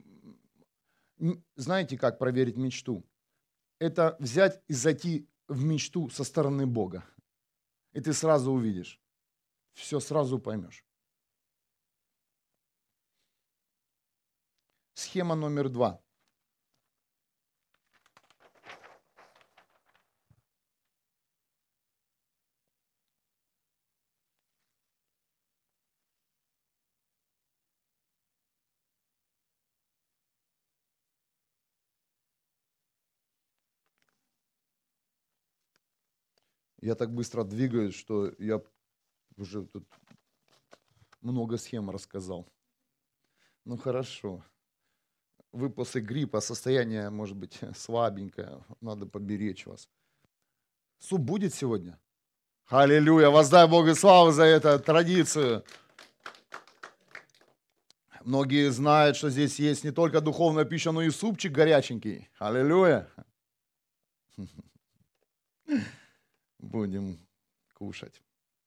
Знаете, как проверить мечту? Это взять и зайти в мечту со стороны Бога. И ты сразу увидишь. Все сразу поймешь. Схема номер два. Я так быстро двигаюсь, что я уже тут много схем рассказал. Ну хорошо. Вы после гриппа, состояние, может быть, слабенькое, надо поберечь вас. Суп будет сегодня? Аллилуйя, воздай Богу славу за эту традицию. Многие знают, что здесь есть не только духовная пища, но и супчик горяченький. Аллилуйя. Будем кушать.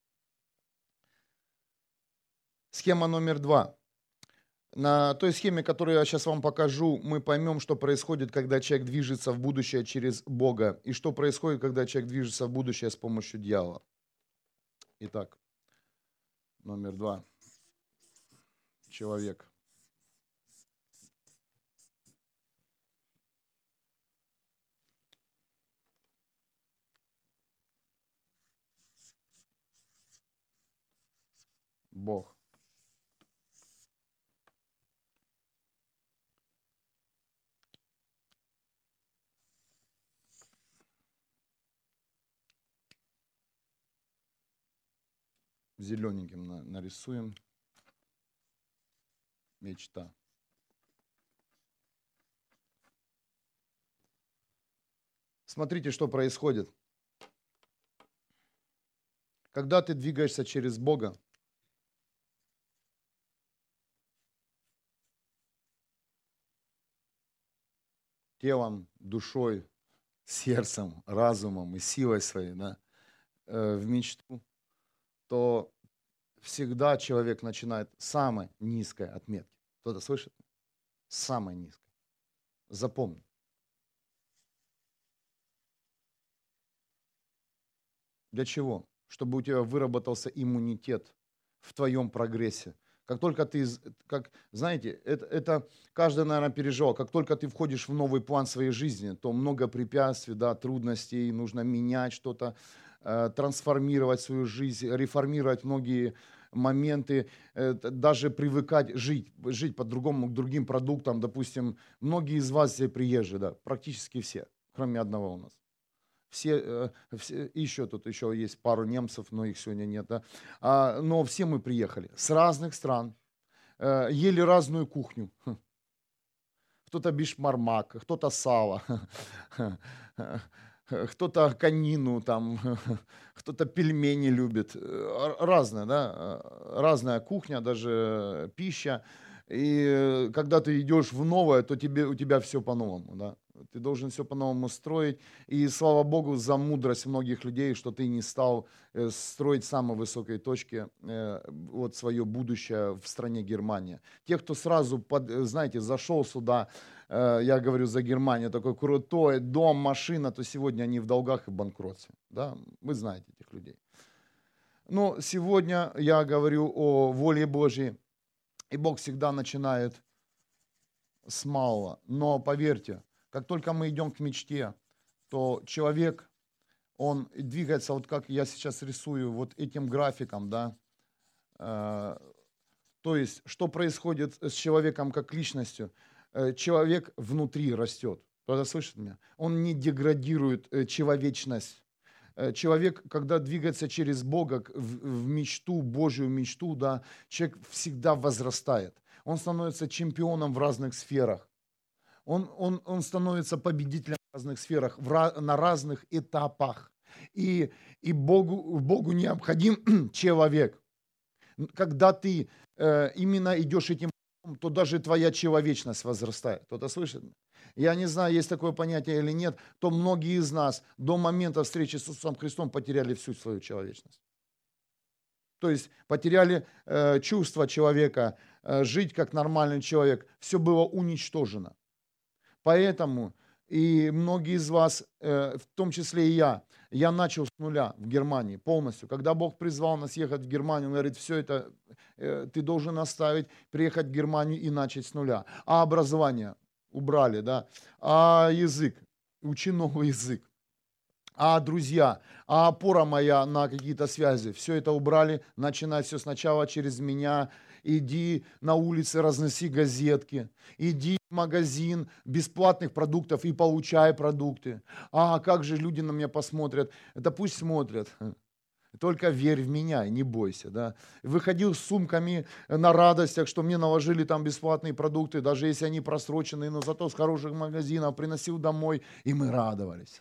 Схема номер два. На той схеме, которую я сейчас вам покажу, мы поймем, что происходит, когда человек движется в будущее через Бога, и что происходит, когда человек движется в будущее с помощью дьявола. Итак, номер два. Человек. Бог. Зелененьким нарисуем. Мечта. Смотрите, что происходит. Когда ты двигаешься через Бога, телом, душой, сердцем, разумом и силой своей, да, э, в мечту, то всегда человек начинает с самой низкой отметки. Кто-то слышит? С самой низкой. Запомни. Для чего? Чтобы у тебя выработался иммунитет в твоем прогрессе. Как только ты, как, знаете, это, это каждый, наверное, переживал, как только ты входишь в новый план своей жизни, то много препятствий, да, трудностей, нужно менять что-то, э, трансформировать свою жизнь, реформировать многие моменты, э, даже привыкать жить, жить по-другому, к другим продуктам. Допустим, многие из вас здесь приезжие, да, практически все, кроме одного у нас. Все, все, еще тут еще есть пару немцев, но их сегодня нет, да? а, но все мы приехали с разных стран, э, ели разную кухню. Кто-то бишмармак, кто-то сало, кто-то конину, там, кто-то пельмени любит. Разная, да? Разная кухня, даже пища. И когда ты идешь в новое, то тебе, у тебя все по-новому, да? Ты должен все по-новому строить. И слава Богу за мудрость многих людей, что ты не стал строить в самой высокой точке вот свое будущее в стране Германия. Те, кто сразу, под, знаете, зашел сюда, я говорю за Германию, такой крутой дом, машина, то сегодня они в долгах и банкротстве. Да? Вы знаете этих людей. Но сегодня я говорю о воле Божьей. И Бог всегда начинает с малого. Но поверьте, как только мы идем к мечте, то человек, он двигается, вот как я сейчас рисую, вот этим графиком, да. Э, то есть, что происходит с человеком как личностью? Э, человек внутри растет. Кто-то слышит меня? Он не деградирует э, человечность. Человек, когда двигается через Бога в, в мечту, Божью мечту, да, человек всегда возрастает. Он становится чемпионом в разных сферах. Он, он, он становится победителем в разных сферах, в, на разных этапах. И, и Богу, Богу необходим человек. Когда ты э, именно идешь этим путем, то даже твоя человечность возрастает. Кто-то слышит? Я не знаю, есть такое понятие или нет, то многие из нас до момента встречи с Иисусом Христом потеряли всю свою человечность. То есть потеряли э, чувство человека, э, жить как нормальный человек. Все было уничтожено. Поэтому и многие из вас, э, в том числе и я, я начал с нуля в Германии полностью. Когда Бог призвал нас ехать в Германию, Он говорит, все это э, ты должен оставить, приехать в Германию и начать с нуля. А образование убрали, да, а язык, учи новый язык. А друзья, а опора моя на какие-то связи, все это убрали, начинай все сначала через меня, иди на улице, разноси газетки, иди в магазин бесплатных продуктов и получай продукты. А как же люди на меня посмотрят? Это пусть смотрят. Только верь в меня и не бойся. Да? Выходил с сумками на радостях, что мне наложили там бесплатные продукты, даже если они просроченные, но зато с хороших магазинов приносил домой, и мы радовались.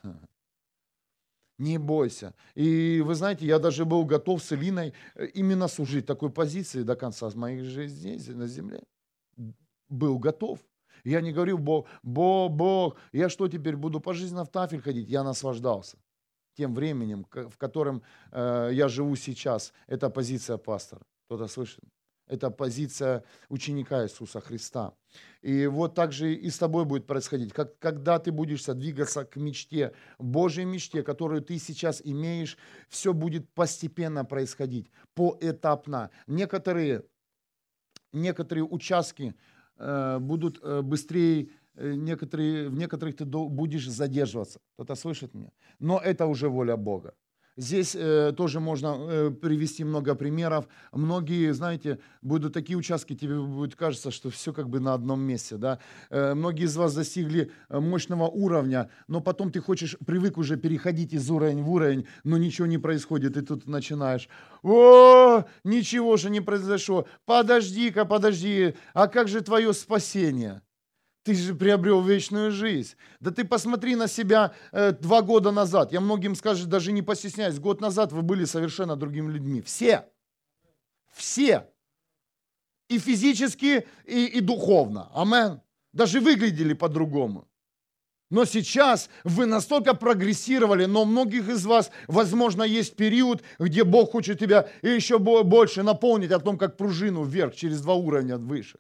Не бойся. И вы знаете, я даже был готов с Элиной именно служить такой позиции до конца моих жизней здесь, на земле. Был готов. Я не говорил, Бог, Бог, Бог, я что теперь буду пожизненно в тафель ходить? Я наслаждался тем временем, в котором э, я живу сейчас. Это позиция пастора. Кто-то слышит? Это позиция ученика Иисуса Христа. И вот так же и с тобой будет происходить. Как, когда ты будешь двигаться к мечте, Божьей мечте, которую ты сейчас имеешь, все будет постепенно происходить, поэтапно. Некоторые, некоторые участки э, будут э, быстрее, э, некоторые, в некоторых ты до, будешь задерживаться. Кто-то слышит меня? Но это уже воля Бога. Здесь э, тоже можно э, привести много примеров. Многие, знаете, будут такие участки, тебе будет кажется, что все как бы на одном месте. Да? Э, многие из вас достигли мощного уровня, но потом ты хочешь, привык уже переходить из уровня в уровень, но ничего не происходит. И тут начинаешь, о, ничего же не произошло. Подожди-ка, подожди, а как же твое спасение? Ты же приобрел вечную жизнь. Да ты посмотри на себя э, два года назад. Я многим скажу, даже не постесняюсь, год назад вы были совершенно другими людьми. Все. Все. И физически, и, и духовно. Амен. Даже выглядели по-другому. Но сейчас вы настолько прогрессировали, но у многих из вас, возможно, есть период, где Бог хочет тебя еще больше наполнить о том, как пружину вверх, через два уровня выше.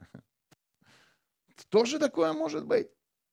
Тоже такое может быть.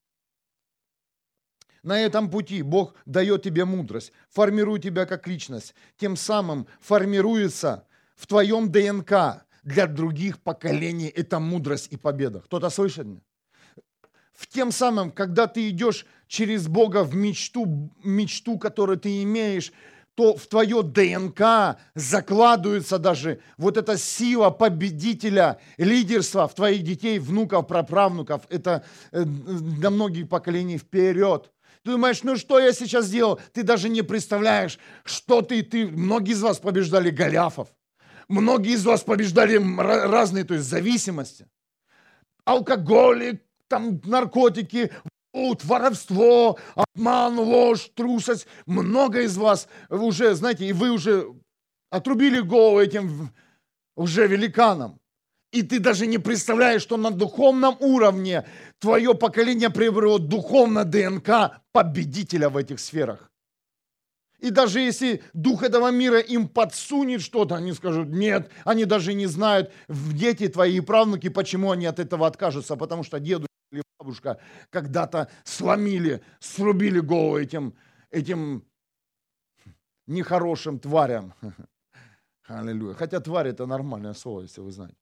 На этом пути Бог дает тебе мудрость, формирует тебя как личность, тем самым формируется в твоем ДНК для других поколений эта мудрость и победа. Кто-то слышит меня? В тем самым, когда ты идешь через Бога в мечту, мечту, которую ты имеешь, то в твое ДНК закладывается даже вот эта сила победителя, лидерства в твоих детей, внуков, праправнуков. Это для многих поколений вперед. Ты думаешь, ну что я сейчас сделал? Ты даже не представляешь, что ты, ты. Многие из вас побеждали Голиафов. Многие из вас побеждали разные, то есть зависимости. Алкоголик, там наркотики, воровство, обман, ложь, трусость. Много из вас уже, знаете, и вы уже отрубили голову этим уже великанам. И ты даже не представляешь, что на духовном уровне твое поколение приобрело духовное ДНК победителя в этих сферах. И даже если дух этого мира им подсунет что-то, они скажут, нет, они даже не знают, дети твои и правнуки, почему они от этого откажутся, потому что деду или бабушка когда-то сломили, срубили голову этим, этим нехорошим тварям. Аллилуйя. Хотя тварь это нормальное слово, если вы знаете.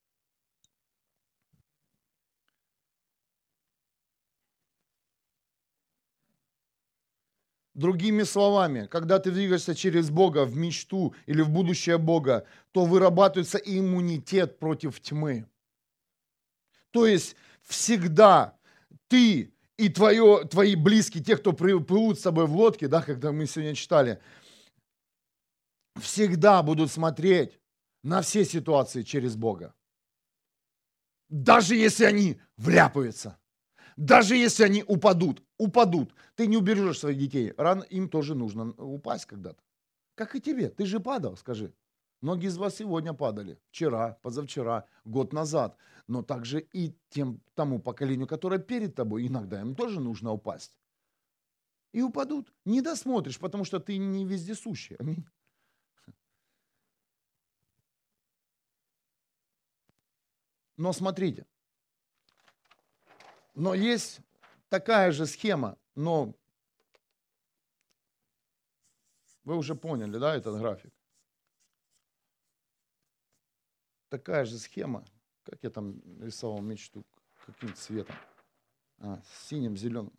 Другими словами, когда ты двигаешься через Бога в мечту или в будущее Бога, то вырабатывается иммунитет против тьмы. То есть всегда ты и твое, твои близкие, те, кто плывут с тобой в лодке, да, когда мы сегодня читали, всегда будут смотреть на все ситуации через Бога. Даже если они вляпаются. Даже если они упадут, упадут, ты не убережешь своих детей. Рано им тоже нужно упасть когда-то. Как и тебе. Ты же падал, скажи. Многие из вас сегодня падали. Вчера, позавчера, год назад. Но также и тем, тому поколению, которое перед тобой, иногда им тоже нужно упасть. И упадут. Не досмотришь, потому что ты не вездесущий. Аминь. Но смотрите. Но есть такая же схема, но вы уже поняли, да, этот график? Такая же схема, как я там рисовал мечту, каким цветом? А, синим, зеленым.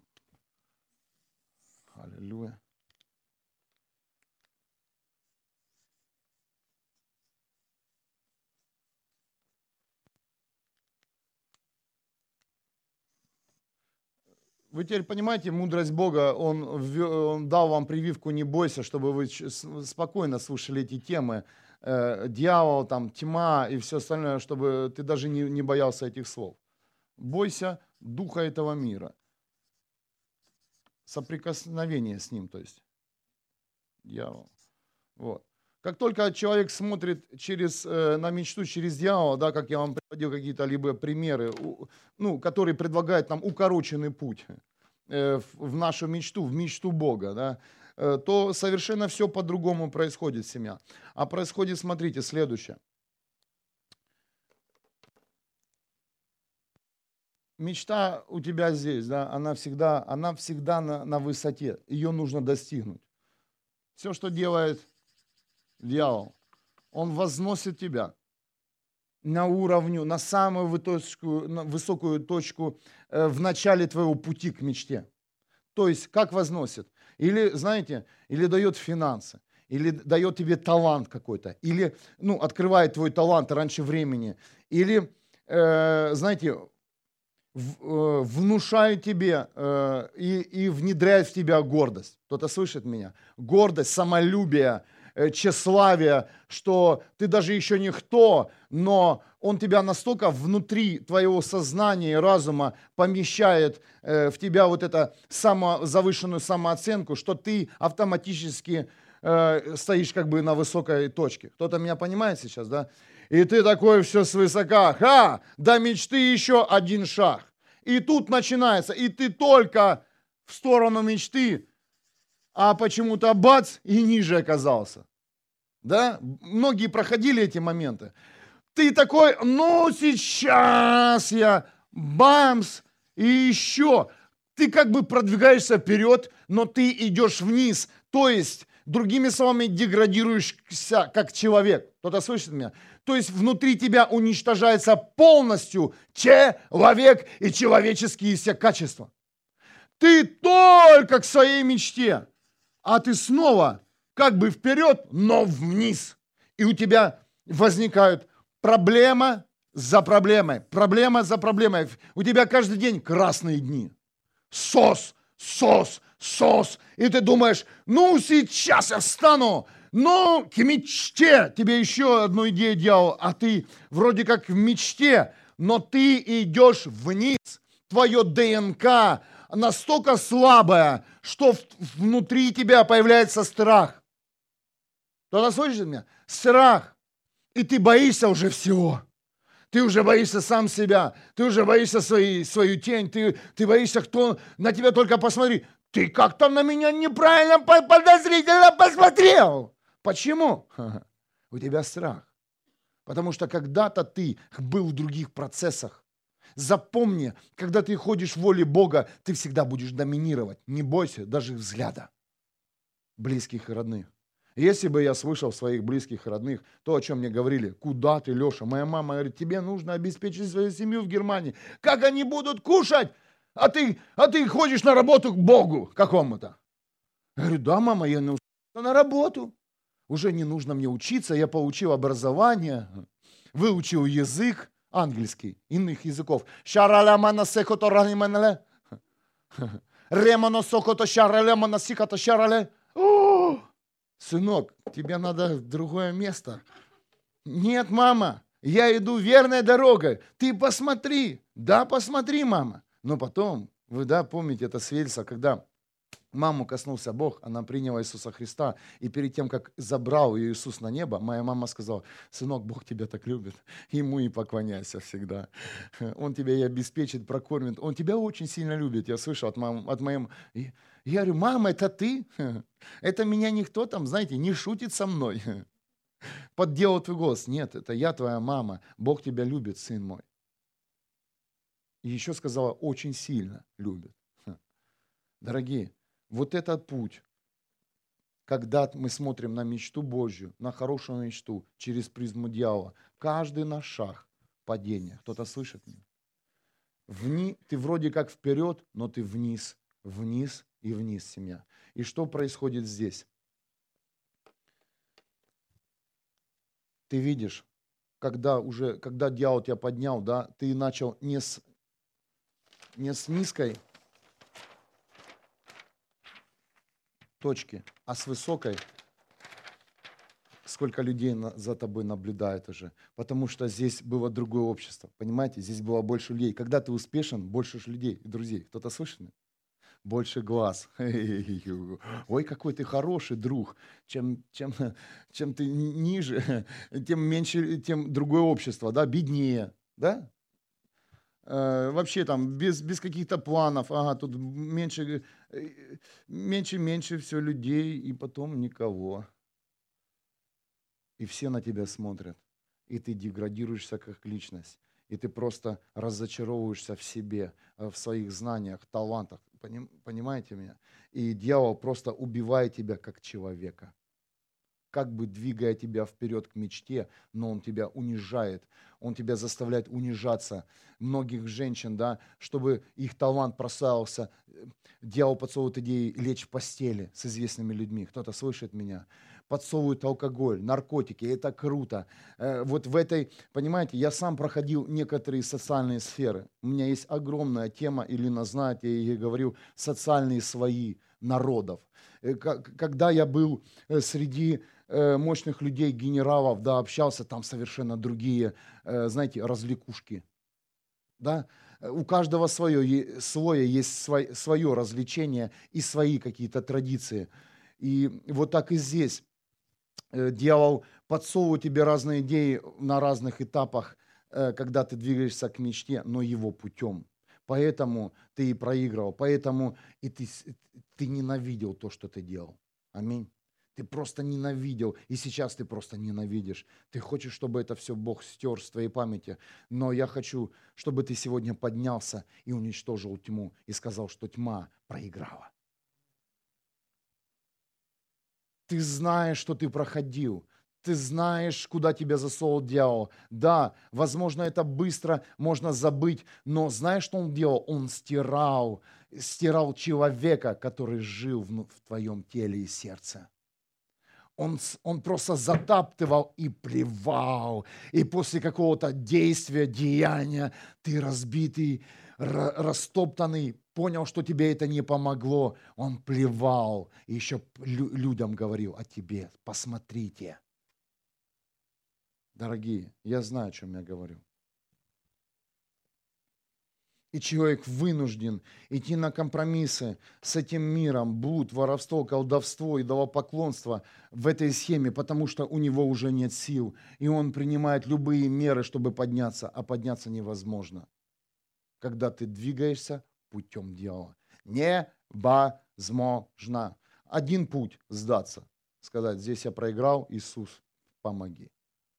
Аллилуйя. Вы теперь понимаете, мудрость Бога, Он, он дал вам прививку «Не бойся», чтобы вы спокойно слушали эти темы. Э, дьявол, там, тьма и все остальное, чтобы ты даже не, не боялся этих слов. Бойся духа этого мира. Соприкосновение с ним, то есть. Дьявол. Вот. Как только человек смотрит через, э, на мечту через дьявола, да, как я вам приводил какие-то либо примеры, у, ну, которые предлагают нам укороченный путь э, в, в нашу мечту, в мечту Бога, да, э, то совершенно все по-другому происходит, семья. А происходит, смотрите, следующее. Мечта у тебя здесь, да, она всегда, она всегда на, на высоте, ее нужно достигнуть. Все, что делает дьявол, он возносит тебя на уровню, на самую высокую, на высокую точку э, в начале твоего пути к мечте. То есть, как возносит? Или, знаете, или дает финансы, или дает тебе талант какой-то, или, ну, открывает твой талант раньше времени, или, э, знаете, в, э, внушает тебе э, и, и внедряет в тебя гордость. Кто-то слышит меня? Гордость, самолюбие, тщеславие, что ты даже еще никто, но он тебя настолько внутри твоего сознания и разума помещает э, в тебя вот эту само, завышенную самооценку, что ты автоматически э, стоишь как бы на высокой точке. Кто-то меня понимает сейчас, да? И ты такой все свысока, ха, до мечты еще один шаг. И тут начинается, и ты только в сторону мечты, а почему-то бац, и ниже оказался. Да? Многие проходили эти моменты. Ты такой, ну сейчас я, бамс, и еще. Ты как бы продвигаешься вперед, но ты идешь вниз. То есть, другими словами, деградируешься как человек. Кто-то слышит меня? То есть, внутри тебя уничтожается полностью человек и человеческие все качества. Ты только к своей мечте. А ты снова как бы вперед, но вниз. И у тебя возникают проблема за проблемой, проблема за проблемой. У тебя каждый день красные дни. Сос, сос, сос. И ты думаешь, ну сейчас я встану, ну к мечте. Тебе еще одну идею дьявол, а ты вроде как в мечте, но ты идешь вниз. Твое ДНК настолько слабая, что внутри тебя появляется страх. Кто-то слышит меня? Страх. И ты боишься уже всего. Ты уже боишься сам себя. Ты уже боишься своей, свою тень. Ты, ты боишься, кто на тебя только посмотри. Ты как-то на меня неправильно, подозрительно посмотрел. Почему? У тебя страх. Потому что когда-то ты был в других процессах. Запомни, когда ты ходишь в воле Бога, ты всегда будешь доминировать. Не бойся даже взгляда близких и родных. Если бы я слышал своих близких и родных, то, о чем мне говорили, куда ты, Леша? Моя мама говорит, тебе нужно обеспечить свою семью в Германии. Как они будут кушать? А ты, а ты ходишь на работу к Богу какому-то. Я говорю, да, мама, я нужна на работу. Уже не нужно мне учиться, я получил образование, выучил язык. Ангельский, иных языков. Сынок, тебе надо в другое место. Нет, мама, я иду верной дорогой. Ты посмотри. Да, посмотри, мама. Но потом, вы, да, помните это свидетельство, когда маму коснулся Бог, она приняла Иисуса Христа, и перед тем, как забрал ее Иисус на небо, моя мама сказала: сынок, Бог тебя так любит, ему и поклоняйся всегда. Он тебя и обеспечит, прокормит, он тебя очень сильно любит. Я слышал от, мам, от моей мамы. И я говорю: мама, это ты? Это меня никто там, знаете, не шутит со мной. Подделал твой голос. Нет, это я твоя мама, Бог тебя любит, сын мой. И еще сказала: очень сильно любит. Дорогие, вот этот путь, когда мы смотрим на мечту Божью, на хорошую мечту через призму дьявола, каждый наш шаг падения. Кто-то слышит меня? Вни, ты вроде как вперед, но ты вниз, вниз и вниз, семья. И что происходит здесь? Ты видишь, когда уже, когда дьявол тебя поднял, да, ты начал не с, не с низкой точки, а с высокой. Сколько людей на, за тобой наблюдает уже. Потому что здесь было другое общество. Понимаете, здесь было больше людей. Когда ты успешен, больше же людей и друзей. Кто-то слышит меня? Больше глаз. Ой, какой ты хороший друг. Чем, чем, чем ты ниже, тем меньше, тем другое общество, да, беднее, да? Э, вообще там без, без каких-то планов, ага, тут меньше, э, меньше, меньше все людей, и потом никого. И все на тебя смотрят, и ты деградируешься как личность, и ты просто разочаровываешься в себе, э, в своих знаниях, талантах. Поним- Понимаете меня? И дьявол просто убивает тебя как человека, как бы двигая тебя вперед к мечте, но он тебя унижает, он тебя заставляет унижаться. Многих женщин, да, чтобы их талант прославился, э, дьявол подсовывает идеи лечь в постели с известными людьми. Кто-то слышит меня? Подсовывают алкоголь, наркотики, это круто. Э, Вот в этой, понимаете, я сам проходил некоторые социальные сферы. У меня есть огромная тема, Илина знает, я ей говорю, социальные слои народов. Э, ка- Когда я был э, среди э, мощных людей, генералов, да, общался, там совершенно другие, э, знаете, развлекушки, да. Э, У каждого свое, е- слоя есть свой- свое развлечение и свои какие-то традиции. И вот так и здесь. Э, Дьявол подсовывает тебе разные идеи на разных этапах, э, когда ты двигаешься к мечте, но его путем. Поэтому ты и проигрывал, поэтому и ты, с- ты ненавидел то, что ты делал. Аминь. Ты просто ненавидел, и сейчас ты просто ненавидишь. Ты хочешь, чтобы это все Бог стер с твоей памяти. Но я хочу, чтобы ты сегодня поднялся и уничтожил тьму, и сказал, что тьма проиграла. Ты знаешь, что ты проходил. Ты знаешь, куда тебя засовывал дьявол. Да, возможно, это быстро можно забыть, но знаешь, что он делал? Он стирал, стирал человека, который жил в, в твоем теле и сердце. Он, с- он просто затаптывал и плевал. И после какого-то действия, деяния, ты разбитый, ра- растоптанный, понял, что тебе это не помогло. Он плевал и еще п- лю- людям говорил о тебе. Посмотрите. Дорогие, я знаю, о чем я говорю. И человек вынужден идти на компромиссы с этим миром, блуд, воровство, колдовство, идолопоклонство в этой схеме, потому что у него уже нет сил. И он принимает любые меры, чтобы подняться, а подняться невозможно, когда ты двигаешься путем дьявола. Невозможно. Один путь – сдаться, сказать: здесь я проиграл, Иисус, помоги.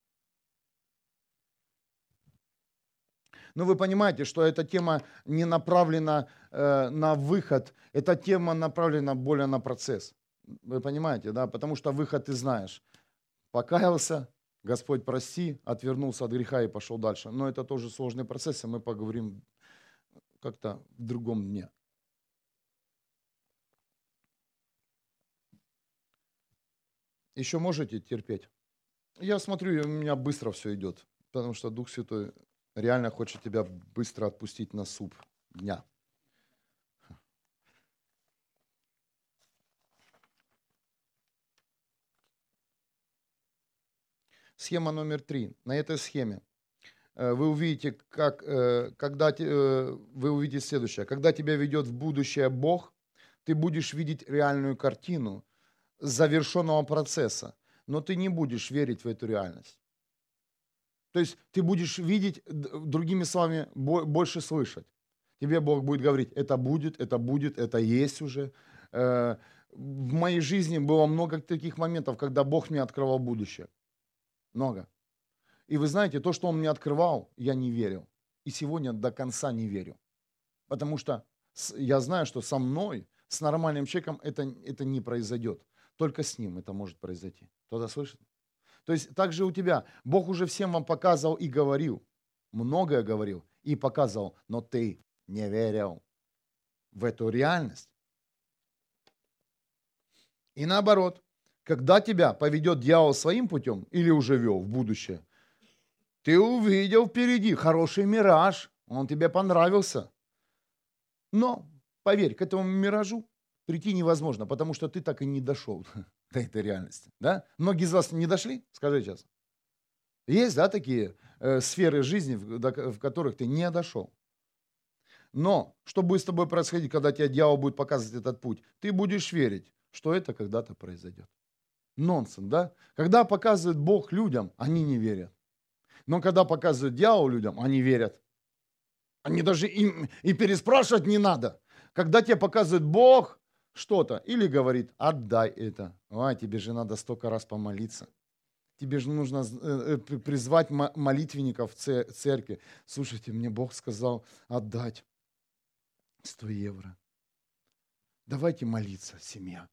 Но вы понимаете, что эта тема не направлена э, на выход, эта тема направлена более на процесс. Вы понимаете, да? Потому что выход ты знаешь. Покаялся, Господь прости, отвернулся от греха и пошел дальше. Но это тоже сложный процесс, и мы поговорим как-то в другом дне. Еще можете терпеть? Я смотрю, у меня быстро все идет, потому что Дух Святой реально хочет тебя быстро отпустить на суп дня. Схема номер три. На этой схеме э, вы увидите, как, э, когда те- э, вы увидите следующее. Когда тебя ведет в будущее Бог, ты будешь видеть реальную картину завершенного процесса, но ты не будешь верить в эту реальность. То есть ты будешь видеть, д- другими словами, бо- больше слышать. Тебе Бог будет говорить, это будет, это будет, это есть уже. Э, В моей жизни было много таких моментов, когда Бог мне открывал будущее. Много. И вы знаете, то, что Он мне открывал, я не верил. И сегодня до конца не верю. Потому что с- я знаю, что со мной, с нормальным человеком, это, это не произойдет. Только с ним это может произойти. Кто-то слышит? То есть так же у тебя. Бог уже всем вам показывал и говорил. Многое говорил и показывал, но ты не верил в эту реальность. И наоборот, когда тебя поведет дьявол своим путем или уже вел в будущее, ты увидел впереди хороший мираж, он тебе понравился. Но, поверь, к этому миражу прийти невозможно, потому что ты так и не дошел до этой реальности. Да? Многие из вас не дошли, скажи сейчас. Есть, да, такие э, сферы жизни, в, до- в которых ты не дошел. Но что будет с тобой происходить, когда тебе дьявол будет показывать этот путь? Ты будешь верить, что это когда-то произойдет. Нонсенс, да? Когда показывает Бог людям, они не верят. Но когда показывает дьявол людям, они верят. Они даже им и переспрашивать не надо. Когда тебе показывает Бог что-то, или говорит, отдай это. А, тебе же надо столько раз помолиться. Тебе же нужно э, э, призвать мо- молитвенников в це- церкви. Слушайте, мне Бог сказал отдать сто евро. Давайте молиться, семья.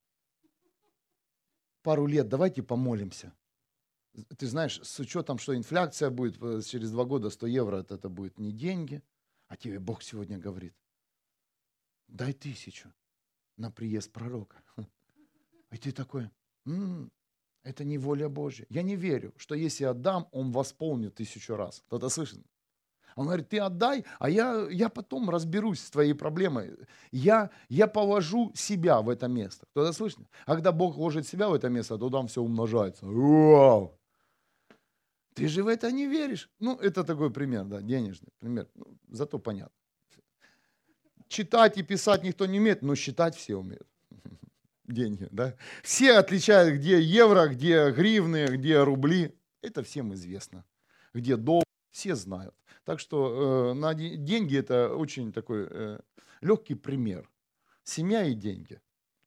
Пару лет давайте помолимся. Ты знаешь, с учетом, что инфляция будет э, через два года, сто евро, это, это будет не деньги. А тебе Бог сегодня говорит, дай тысячу на приезд пророка. И ты такой, «М, это не воля Божья. Я не верю, что если отдам, он восполнит тысячу раз. Кто-то слышит? Он говорит, ты отдай, а я, я потом разберусь с твоей проблемой. Я, я положу себя в это место. Кто-то слышит? А когда Бог ложит себя в это место, то там все умножается. Вау! Ты же в это не веришь. Ну, это такой пример, да, денежный пример. Ну, зато понятно. Читать и писать никто не умеет, но считать все умеют. Деньги, да. Все отличают, где евро, где гривны, где рубли. Это всем известно. Где доллар, все знают. Так что э, на де- деньги это очень такой э, легкий пример. Семья и деньги.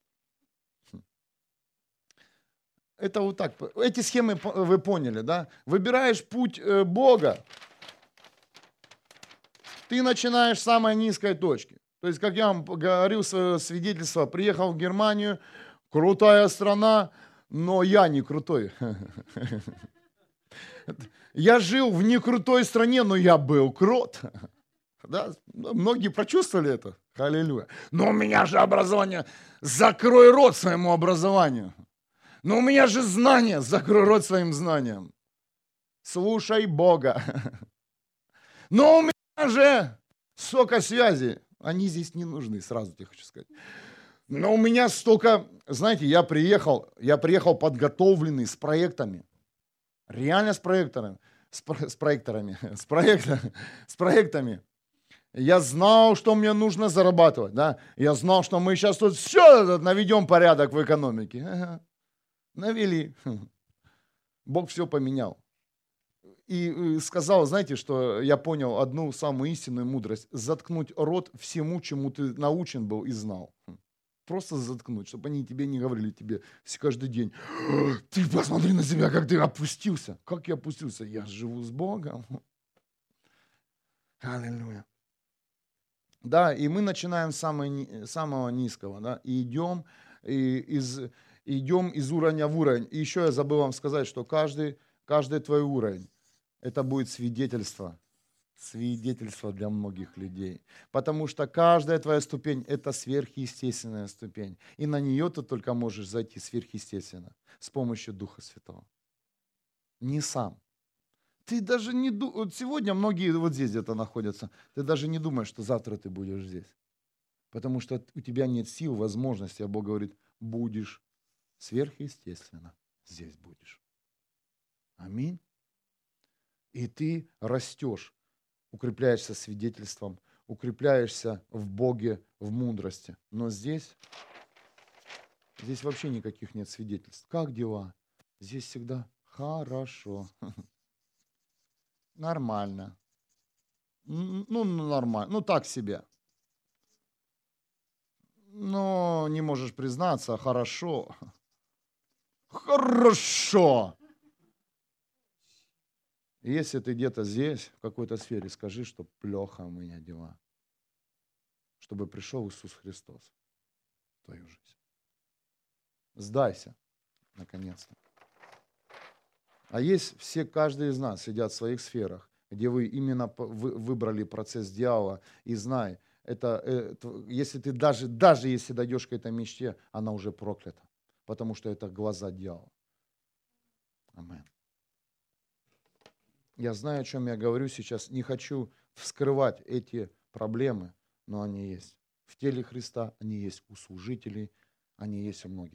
Это вот так. Эти схемы по- вы поняли, да? Выбираешь путь э, Бога, ты начинаешь с самой низкой точки. То есть, как я вам говорил, свое свидетельство, приехал в Германию, крутая страна, но я не крутой. Я жил в некрутой стране, но я был крут. Да? Многие прочувствовали это. Аллилуйя. Но у меня же образование. Закрой рот своему образованию. Но у меня же знания. Закрой рот своим знаниям. Слушай Бога. Но у меня же столько связей. Они здесь не нужны, сразу тебе хочу сказать. Но у меня столько, знаете, я приехал, я приехал подготовленный с проектами. Реально с проекторами. С, про- с проекторами. С, проекта, с проектами. Я знал, что мне нужно зарабатывать. Да? Я знал, что мы сейчас тут все наведем порядок в экономике. Ага. Навели. Бог все поменял. И э, сказал, знаете, что я понял одну самую истинную мудрость. Заткнуть рот всему, чему ты научен был и знал. Просто заткнуть, чтобы они тебе не говорили тебе все- каждый день. Ты посмотри на себя, как ты опустился. Как я опустился? Я живу с Богом. Аллилуйя. Да, и мы начинаем с самой ни- самого низкого, да, и идем и из, идем из уровня в уровень. И еще я забыл вам сказать, что каждый, каждый твой уровень, это будет свидетельство, свидетельство для многих людей. Потому что каждая твоя ступень – это сверхъестественная ступень. И на нее ты только можешь зайти сверхъестественно, с помощью Духа Святого. Не сам. Ты даже не ду- вот сегодня многие вот здесь где-то находятся. Ты даже не думаешь, что завтра ты будешь здесь. Потому что у тебя нет сил, возможности, а Бог говорит, будешь сверхъестественно, здесь будешь. Аминь. И ты растешь, укрепляешься свидетельством, укрепляешься в Боге, в мудрости. Но здесь, здесь вообще никаких нет свидетельств. Как дела? Здесь всегда хорошо, нормально. М, Ну, нормально, ну так себе. Но не можешь признаться, хорошо. Хорошо. Если ты где-то здесь, в какой-то сфере, скажи, что плохо у меня дела. Чтобы пришел Иисус Христос в твою жизнь. Сдайся, наконец-то. А есть все, каждый из нас сидят в своих сферах, где вы именно по- вы- выбрали процесс дьявола. И знай, это, э, тв- если ты даже, даже если дойдешь к этой мечте, она уже проклята. Потому что это глаза дьявола. Амин. Я знаю, о чем я говорю сейчас. Не хочу вскрывать эти проблемы, но они есть. В теле Христа они есть у служителей, они есть у многих.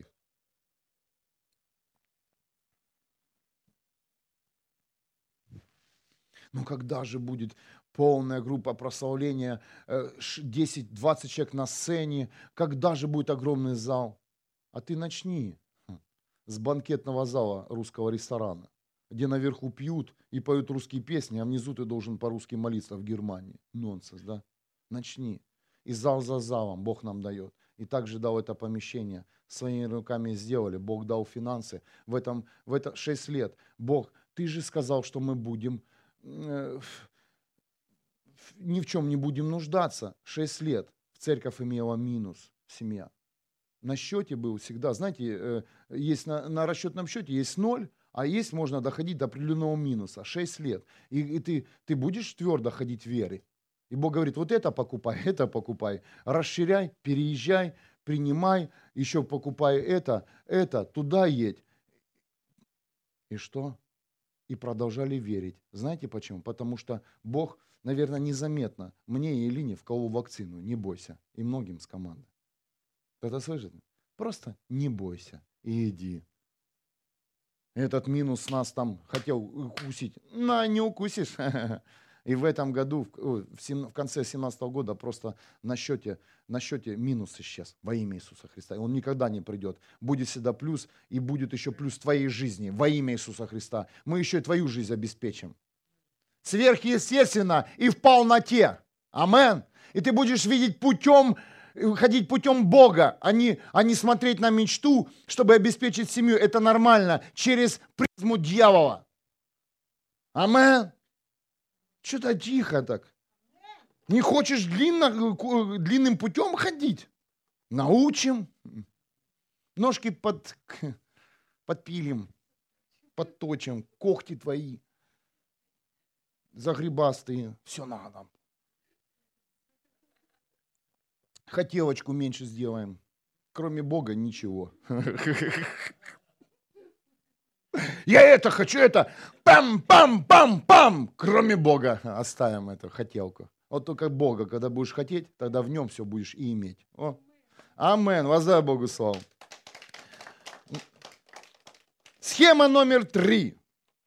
Ну когда же будет полная группа прославления, э, ш- десять-двадцать человек на сцене? Когда же будет огромный зал? А ты начни хм, с банкетного зала русского ресторана, где наверху пьют и поют русские песни, а внизу ты должен по-русски молиться в Германии. Нонсенс, да? Начни. И зал за залом Бог нам дает. И также дал это помещение. Своими руками сделали. Бог дал финансы. В этом, в это шесть лет. Бог, ты же сказал, что мы будем э, ни в чем не будем нуждаться. Шесть лет в церковь имела минус, семья. На счете был всегда, знаете, э, есть на, на расчетном счете есть ноль, а есть можно доходить до определенного минуса. Шесть лет. И, и ты, ты будешь твердо ходить в вере. И Бог говорит, вот это покупай, это покупай. Расширяй, переезжай, принимай, еще покупай это, это, туда едь. И что? И продолжали верить. Знаете почему? Потому что Бог, наверное, незаметно мне и Илине вколол вакцину. Не бойся. И многим с команды. Кто-то слышит? Просто не бойся и иди. Этот минус нас там хотел укусить. На, не укусишь. И в этом году, в, о, в сем- в конце семнадцатого года, просто на счете, на счете минус исчез во имя Иисуса Христа. И он никогда не придет. Будет всегда плюс, и будет еще плюс в твоей жизни во имя Иисуса Христа. Мы еще и твою жизнь обеспечим. Сверхъестественно и в полноте. Амен. И ты будешь видеть путем, ходить путем Бога, а не, а не смотреть на мечту, чтобы обеспечить семью. Это нормально. Через призму дьявола. Амен. Что-то тихо так. Не хочешь длинно, длинным путем ходить? Научим. Ножки под, подпилим, подточим, когти твои загребастые. Все надо. Хотелочку меньше сделаем. Кроме Бога ничего. Я это хочу, это пам-пам-пам-пам. Кроме Бога оставим эту хотелку. Вот только Бога, когда будешь хотеть, тогда в нем все будешь и иметь. О. Амен. Воздай Богу славу. Схема номер три.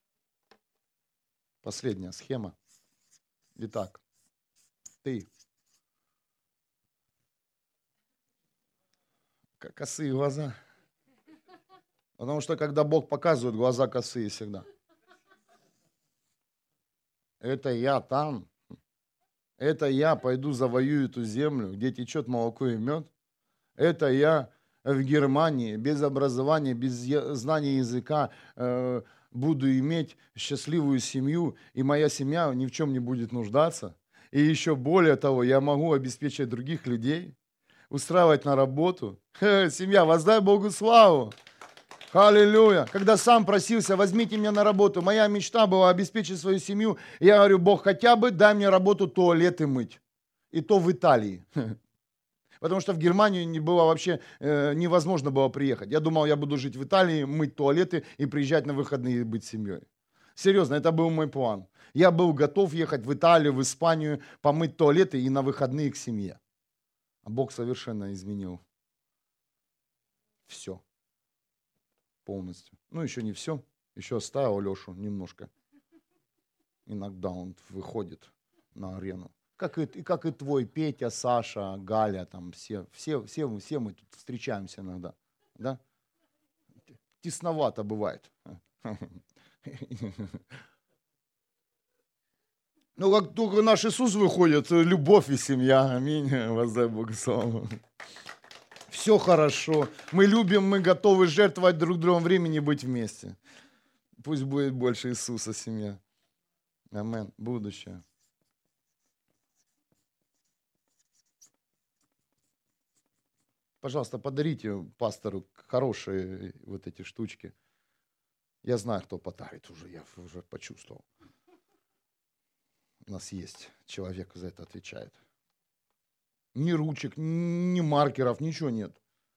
Последняя схема. Итак, ты. К- Косые глаза. Потому что когда Бог показывает, глаза косые всегда. Это я там. Это я пойду завоюю эту землю, где течет молоко и мед. Это я в Германии без образования, без я- знания языка э, буду иметь счастливую семью, и моя семья ни в чем не будет нуждаться. И еще более того, я могу обеспечить других людей, устраивать на работу. Хе, семья, воздай Богу славу. Аллилуйя. Когда сам просился, возьмите меня на работу. Моя мечта была обеспечить свою семью. Я говорю, Бог, хотя бы дай мне работу туалеты мыть. И то в Италии. Потому что в Германию не было вообще э, невозможно было приехать. Я думал, я буду жить в Италии, мыть туалеты и приезжать на выходные и быть семьей. Серьезно, это был мой план. Я был готов ехать в Италию, в Испанию, помыть туалеты и на выходные к семье. А Бог совершенно изменил все полностью. Ну, еще не все. Еще оставил Лешу немножко. иногда он выходит на арену. Как и, как и твой Петя, Саша, Галя, там все, все, все, мы, все мы тут встречаемся иногда. Да? Тесновато бывает. Ну, как только наш Иисус выходит, любовь и семья. Аминь. Воздай Богу славу. Все хорошо. Мы любим, мы готовы жертвовать друг другом времени, быть вместе. Пусть будет больше Иисуса семья. Амин. Будущее. Пожалуйста, подарите пастору хорошие вот эти штучки. Я знаю, кто подарит уже, я уже почувствовал. У нас есть человек, за это отвечает. Ни ручек, ни маркеров, ничего нет.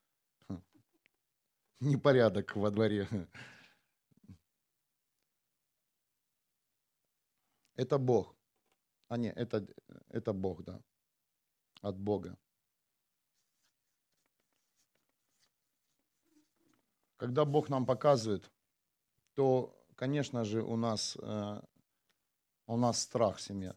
Ни порядок во дворе. Это Бог. А нет, это, это Бог, да. От Бога. Когда Бог нам показывает, то, конечно же, у нас, э, у нас страх в семье.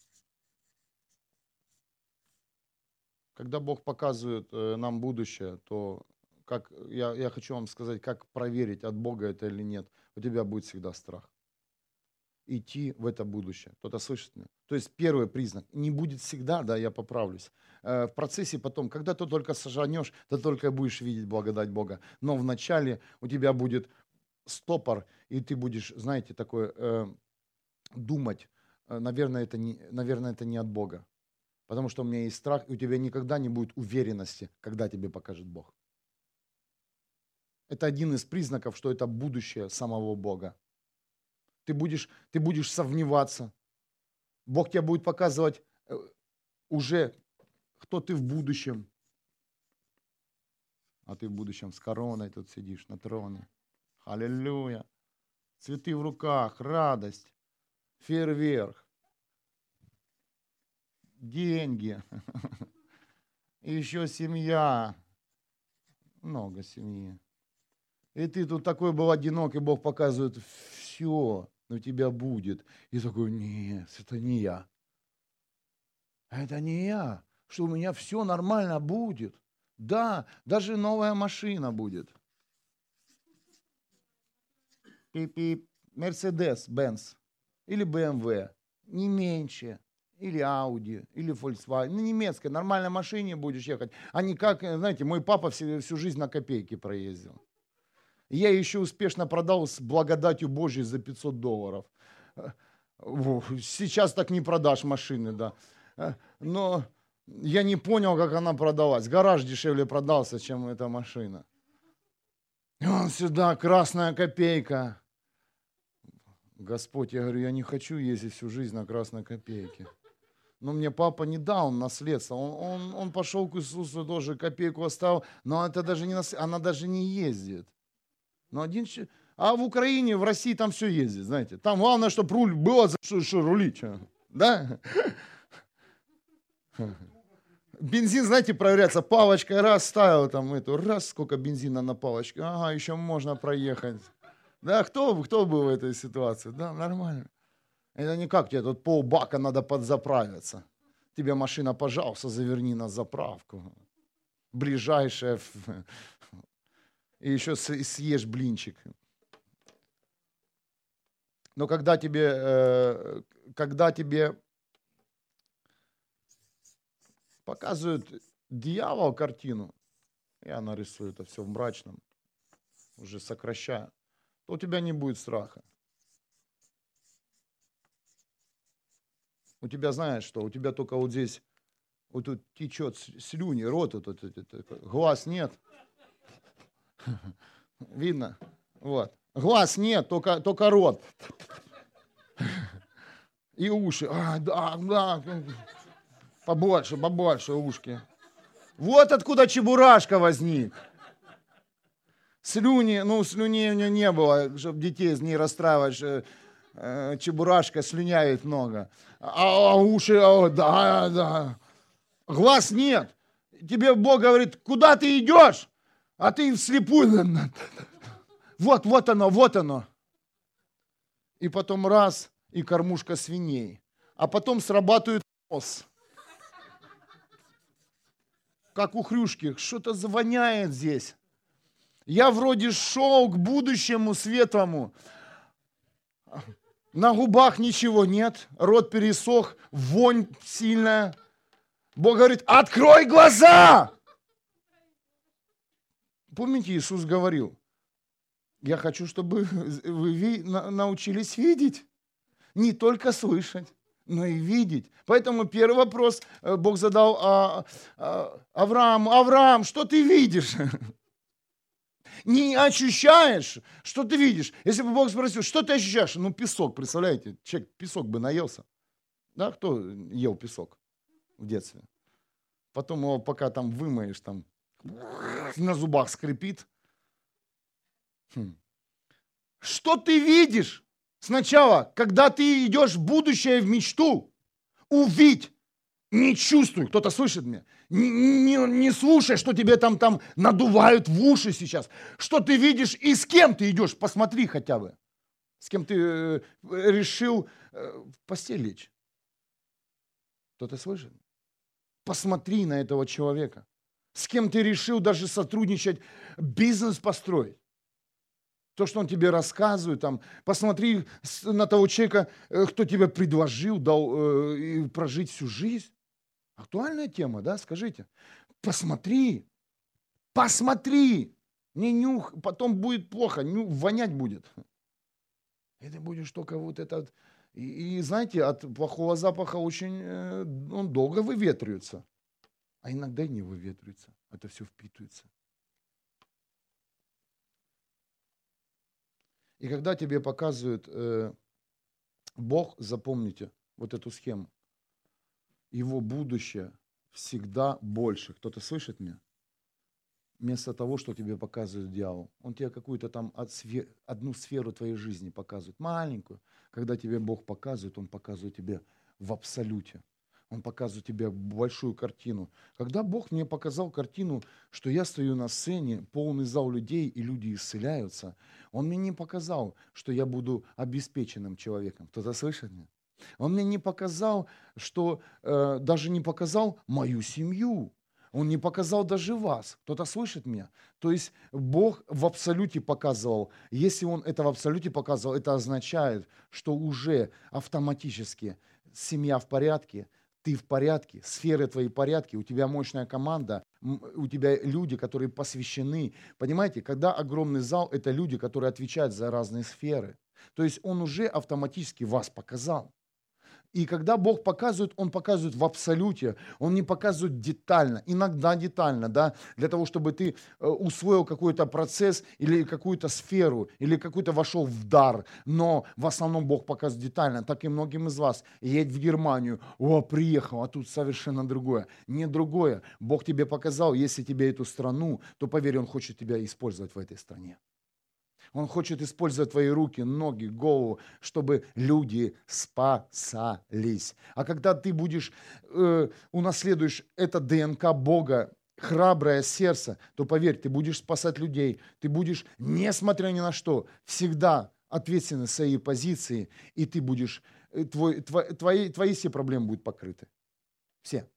Когда Бог показывает э, нам будущее, то как, я, я хочу вам сказать, как проверить, от Бога это или нет. У тебя будет всегда страх. Идти в это будущее. Кто-то слышит меня? То есть первый признак. Не будет всегда, да, я поправлюсь. Э, в процессе потом, когда ты только сожранешь, ты только будешь видеть благодать Бога. Но вначале у тебя будет стопор, и ты будешь, знаете, такое, э, думать, э, наверное, это не, наверное, это не от Бога. Потому что у меня есть страх, и у тебя никогда не будет уверенности, когда тебе покажет Бог. Это один из признаков, что это будущее самого Бога. Ты будешь, ты будешь сомневаться. Бог тебе будет показывать э, уже, кто ты в будущем. А ты в будущем с короной тут сидишь на троне. Аллилуйя. Цветы в руках, радость, фейерверк, деньги, и еще семья, много семьи. И ты тут такой был одинок, и Бог показывает, все у тебя будет. И такой, нет, это не я. Это не я, что у меня все нормально будет. Да, даже новая машина будет. Пип-пип, Мерседес, Бенц, или бэ эм вэ, не меньше, или Ауди, или Volkswagen. На немецкой, нормальной машине будешь ехать. А не как, знаете, мой папа всю, всю жизнь на копейки проездил. Я еще успешно продал с благодатью Божьей за пятьсот долларов. Сейчас так не продашь машины, да. Но я не понял, как она продалась. Гараж дешевле продался, чем эта машина. И он сюда, красная копейка. Господь, я говорю, я не хочу ездить всю жизнь на красной копейке. Но мне папа не дал наследство. Он, он, он пошел к Иисусу, тоже копейку оставил, но это даже не наследство, она даже не ездит. Но один... А в Украине, в России там все ездит, знаете. Там главное, чтобы руль было, за что, что рулить. Да? Бензин, знаете, проверяется. Палочкой раз ставил там эту, раз, сколько бензина на палочке. Ага, еще можно проехать. Да, кто, кто был в этой ситуации? Да, нормально. Это не как тебе тут полбака надо подзаправиться. Тебе машина, пожалуйста, заверни на заправку. Ближайшая. И еще съешь блинчик. Но когда тебе, когда тебе показывают дьявол картину, я нарисую это все в мрачном, уже сокращаю, то у тебя не будет страха. У тебя, знаешь что, у тебя только вот здесь, вот тут течет слюни, рот, вот, вот, вот, вот, глаз нет. Видно? Вот. Глаз нет, только, только рот. И уши. А, да, да. Побольше, побольше ушки. Вот откуда чебурашка возник. Слюни, ну, слюней у нее не было, чтобы детей из ней расстраивать. Э, чебурашка слюняет много. А, а уши, о, да, да. Глаз нет. Тебе Бог говорит, куда ты идешь? А ты вслепую. Вот, вот оно, вот оно. И потом раз, и кормушка свиней. А потом срабатывает нос. Как у Хрюшки, что-то завоняет здесь. Я вроде шел к будущему светлому. На губах ничего нет, рот пересох, вонь сильная. Бог говорит, открой глаза! Помните, Иисус говорил, я хочу, чтобы вы научились видеть. Не только слышать, но и видеть. Поэтому первый вопрос Бог задал а, а, Аврааму. Авраам, что ты видишь? Не ощущаешь, что ты видишь. Если бы Бог спросил, что ты ощущаешь? Ну, песок, представляете? Человек песок бы наелся. Да, кто ел песок в детстве? Потом его пока там вымоешь, там на зубах скрипит. Хм. Что ты видишь? Сначала, когда ты идешь в будущее, в мечту, увидь, не чувствуй, кто-то слышит меня, не, не, не слушай, что тебе там, там надувают в уши сейчас, что ты видишь и с кем ты идешь, посмотри хотя бы, с кем ты э, решил э, в постель лечь. Кто-то слышит? Посмотри на этого человека, с кем ты решил даже сотрудничать, бизнес построить. То, что он тебе рассказывает, там, посмотри на того человека, кто тебе предложил, дал э, прожить всю жизнь. Актуальная тема, да, скажите. Посмотри, посмотри. Не нюх, потом будет плохо, нюх, вонять будет. И ты будешь только вот этот... И, и знаете, от плохого запаха очень... Э, он долго выветривается. А иногда и не выветривается. Это все впитывается. И когда тебе показывает э, Бог, запомните вот эту схему, его будущее всегда больше. Кто-то слышит меня? Вместо того, что тебе показывает дьявол. Он тебе какую-то там одну сферу твоей жизни показывает, маленькую. Когда тебе Бог показывает, Он показывает тебе в абсолюте. Он показывает тебе большую картину. Когда Бог мне показал картину, что я стою на сцене, полный зал людей, и люди исцеляются, Он мне не показал, что я буду обеспеченным человеком. Кто-то слышит меня? Он мне не показал, что э, даже не показал мою семью. Он не показал даже вас. Кто-то слышит меня? То есть Бог в абсолюте показывал. Если Он это в абсолюте показывал, это означает, что уже автоматически семья в порядке, ты в порядке, сферы твои в порядке, у тебя мощная команда, у тебя люди, которые посвящены. Понимаете, когда огромный зал, это люди, которые отвечают за разные сферы. То есть Он уже автоматически вас показал. И когда Бог показывает, Он показывает в абсолюте, Он не показывает детально, иногда детально, да, для того, чтобы ты усвоил какой-то процесс или какую-то сферу, или какой-то вошел в дар. Но в основном Бог показывает детально, так и многим из вас. Едь в Германию, о, приехал, а тут совершенно другое. Не другое. Бог тебе показал, если тебе эту страну, то поверь, Он хочет тебя использовать в этой стране. Он хочет использовать твои руки, ноги, голову, чтобы люди спасались. А когда ты будешь, э, унаследуешь это ДНК Бога, храброе сердце, то поверь, ты будешь спасать людей. Ты будешь, несмотря ни на что, всегда ответственен за свои позиции, и ты будешь, твой, твои, твои, твои все проблемы будут покрыты. Все.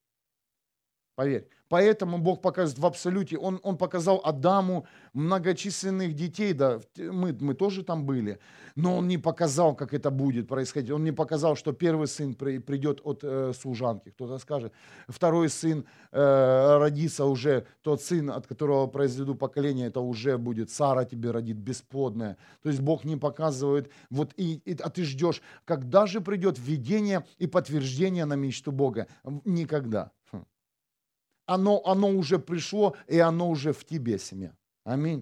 Поверь. Поэтому Бог показывает в абсолюте. Он, он показал Адаму многочисленных детей, да, мы, мы тоже там были, но Он не показал, как это будет происходить. Он не показал, что первый сын при, придет от э, служанки, кто-то скажет. Второй сын э, родится уже, тот сын, от которого произведу поколение, это уже будет Сара тебе родит, бесплодная. То есть Бог не показывает, вот и, и, а ты ждешь, когда же придет видение и подтверждение на мечту Бога? Никогда. Оно, оно уже пришло, и оно уже в тебе, семья. Аминь.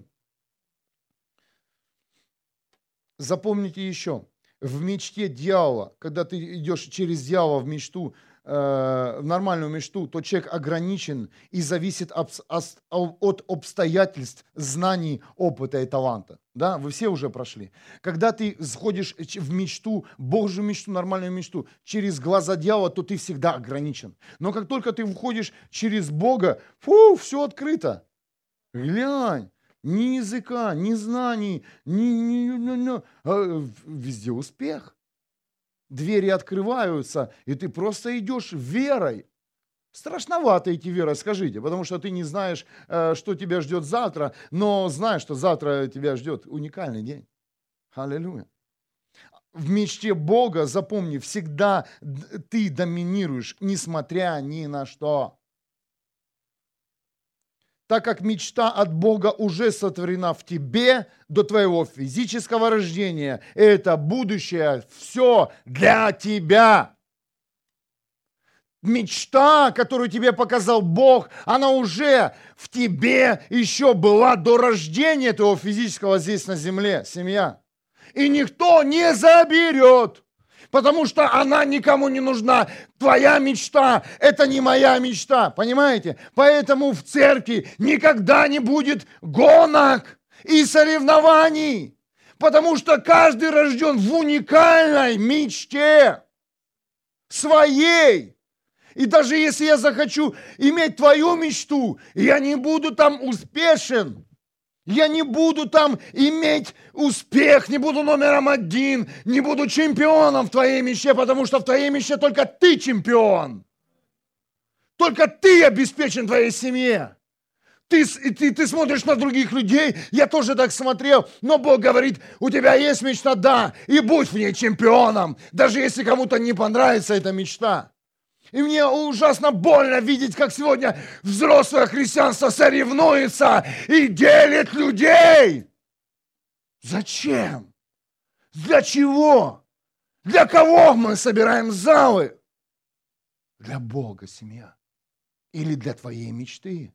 Запомните еще, в мечте дьявола, когда ты идешь через дьявола в мечту, э, в нормальную мечту, то человек ограничен и зависит об, от обстоятельств, знаний, опыта и таланта. Да, вы все уже прошли. Когда ты сходишь в мечту, Божью мечту, нормальную мечту, через глаза дьявола, то ты всегда ограничен. Но как только ты входишь через Бога, фу, все открыто. Глянь, ни языка, ни знаний, ни, ни, ни, ни, а везде успех. Двери открываются, и ты просто идешь верой. Страшновато идти верой, скажите, потому что ты не знаешь, э, что тебя ждет завтра, но знаешь, что завтра тебя ждет уникальный день. Аллилуйя. В мечте Бога, запомни, всегда д- ты доминируешь, несмотря ни на что. Так как мечта от Бога уже сотворена в тебе до твоего физического рождения, это будущее все для тебя. Мечта, которую тебе показал Бог, она уже в тебе еще была до рождения твоего физического здесь на земле, семья. И никто не заберет, потому что она никому не нужна. Твоя мечта – это не моя мечта, понимаете? Поэтому в церкви никогда не будет гонок и соревнований, потому что каждый рожден в уникальной мечте своей. И даже если я захочу иметь твою мечту, я не буду там успешен. Я не буду там иметь успех, не буду номером один, не буду чемпионом в твоей мечте, потому что в твоей мечте только ты чемпион. Только ты обеспечен твоей семье. Ты, ты, ты смотришь на других людей, я тоже так смотрел, но Бог говорит, у тебя есть мечта, да, и будь в ней чемпионом, даже если кому-то не понравится эта мечта. И мне ужасно больно видеть, как сегодня взрослое христианство соревнуется и делит людей. Зачем? Для чего? Для кого мы собираем залы? Для Бога, семья. Или для твоей мечты.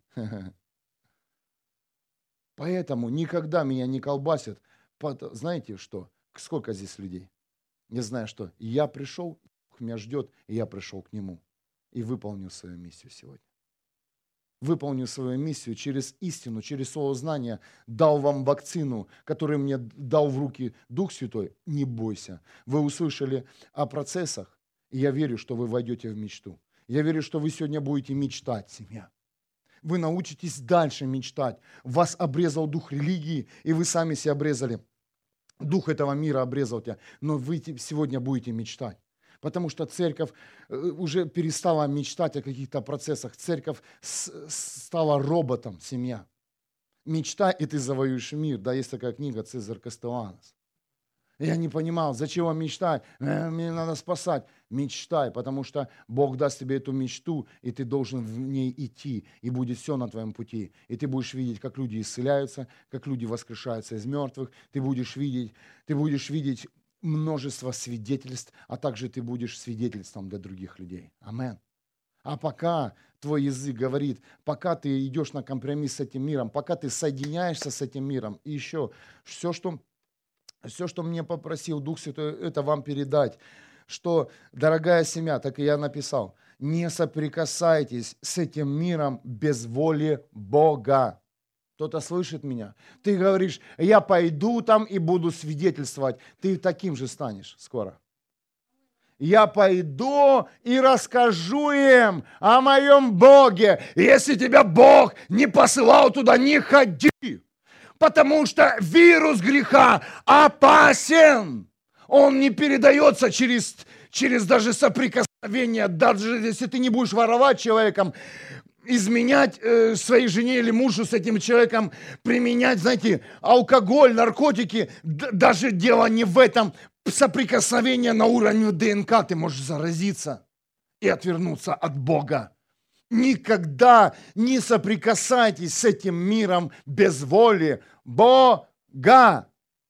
Поэтому никогда меня не колбасят. Знаете что? Сколько здесь людей? Не знаю что. Я пришел, меня ждет, и я пришел к нему. И выполнил свою миссию сегодня. Выполнил свою миссию через истину, через слово знания. Дал вам вакцину, которую мне дал в руки Дух Святой. Не бойся. Вы услышали о процессах, и я верю, что вы войдете в мечту. Я верю, что вы сегодня будете мечтать, семья. Вы научитесь дальше мечтать. Вас обрезал дух религии, и вы сами себя обрезали. Дух этого мира обрезал тебя. Но вы сегодня будете мечтать. Потому что церковь уже перестала мечтать о каких-то процессах. Церковь стала роботом, семья. Мечтай, и ты завоюешь мир. Да, есть такая книга «Цезарь Кастелланос». Я не понимал, зачем вам мечтать? Мне надо спасать. Мечтай, потому что Бог даст тебе эту мечту, и ты должен в ней идти, и будет все на твоем пути. И ты будешь видеть, как люди исцеляются, как люди воскрешаются из мертвых. Ты будешь видеть, ты будешь видеть множество свидетельств, а также ты будешь свидетельством для других людей. Амин. А пока твой язык говорит, пока ты идешь на компромисс с этим миром, пока ты соединяешься с этим миром, и еще все, что... Все, что мне попросил Дух Святой, это вам передать, что, дорогая семья, так и я написал, не соприкасайтесь с этим миром без воли Бога. Кто-то слышит меня? Ты говоришь, я пойду там и буду свидетельствовать. Ты таким же станешь скоро. Я пойду и расскажу им о моем Боге. Если тебя Бог не посылал туда, не ходи. Потому что вирус греха опасен. Он не передается через, через даже соприкосновение. Даже если ты не будешь воровать человеком, изменять э, своей жене или мужу с этим человеком, применять, знаете, алкоголь, наркотики. Д- даже дело не в этом. Соприкосновение на уровне ДНК ты можешь заразиться и отвернуться от Бога. Никогда не соприкасайтесь с этим миром без воли Бога.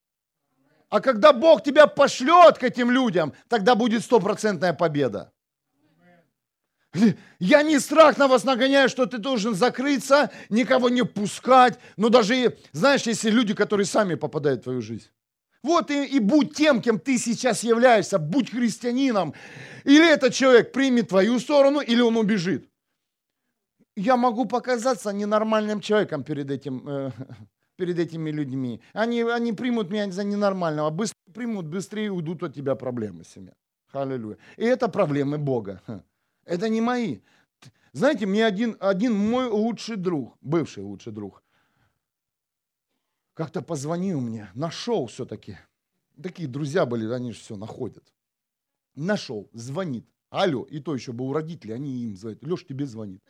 А когда Бог тебя пошлет к этим людям, тогда будет стопроцентная победа. Я не страх на вас нагоняю, что ты должен закрыться, никого не пускать. Но даже, знаешь, есть люди, которые сами попадают в твою жизнь. Вот и, и будь тем, кем ты сейчас являешься, будь христианином. Или этот человек примет твою сторону, или он убежит. Я могу показаться ненормальным человеком перед, этим, э, перед этими людьми. Они, они примут меня за ненормального, быстро примут, быстрее уйдут от тебя проблемы, семья. Аллилуйя. И это проблемы Бога. Это не мои. Знаете, мне один, один мой лучший друг, бывший лучший друг, как-то позвонил мне, нашел все-таки. Такие друзья были, они же все находят. Нашел, звонит. Алло, и то еще был у родителей, они им звонят. Леш, тебе звонит.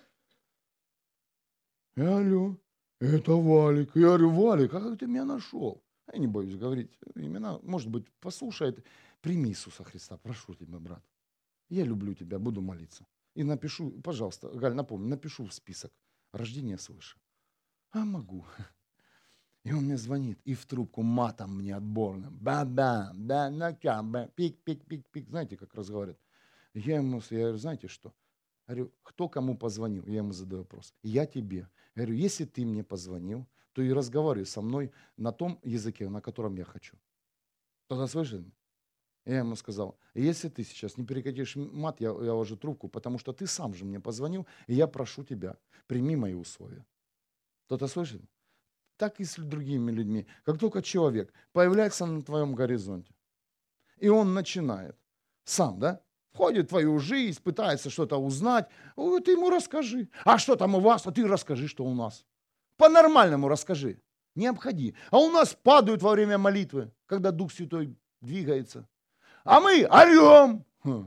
Алло, это Валик. Я говорю, Валик, а как ты меня нашел? Я не боюсь говорить имена. Может быть, послушает. Прими Иисуса Христа, прошу тебя, брат. Я люблю тебя, буду молиться. И напишу, пожалуйста, Галь, напомни, напишу в список рождения свыше. А могу. И он мне звонит, и в трубку матом мне отборным. Ба-ба, да, на ба, пик-пик-пик-пик. Знаете, как разговаривают? Я ему, я говорю, знаете что? Я говорю, кто кому позвонил? Я ему задаю вопрос. Я тебе. Я говорю, если ты мне позвонил, то и разговаривай со мной на том языке, на котором я хочу. Тогда слышишь? Я ему сказал, если ты сейчас не перекатишь мат, я, я ложу трубку, потому что ты сам же мне позвонил, и я прошу тебя, прими мои условия. Кто-то слышит? Так и с другими людьми. Как только человек появляется на твоем горизонте, и он начинает сам, да, входит в твою жизнь, пытается что-то узнать, ты ему расскажи. А что там у вас? А ты расскажи, что у нас. По-нормальному расскажи. Не обходи. А у нас падают во время молитвы, когда Дух Святой двигается. А мы орем,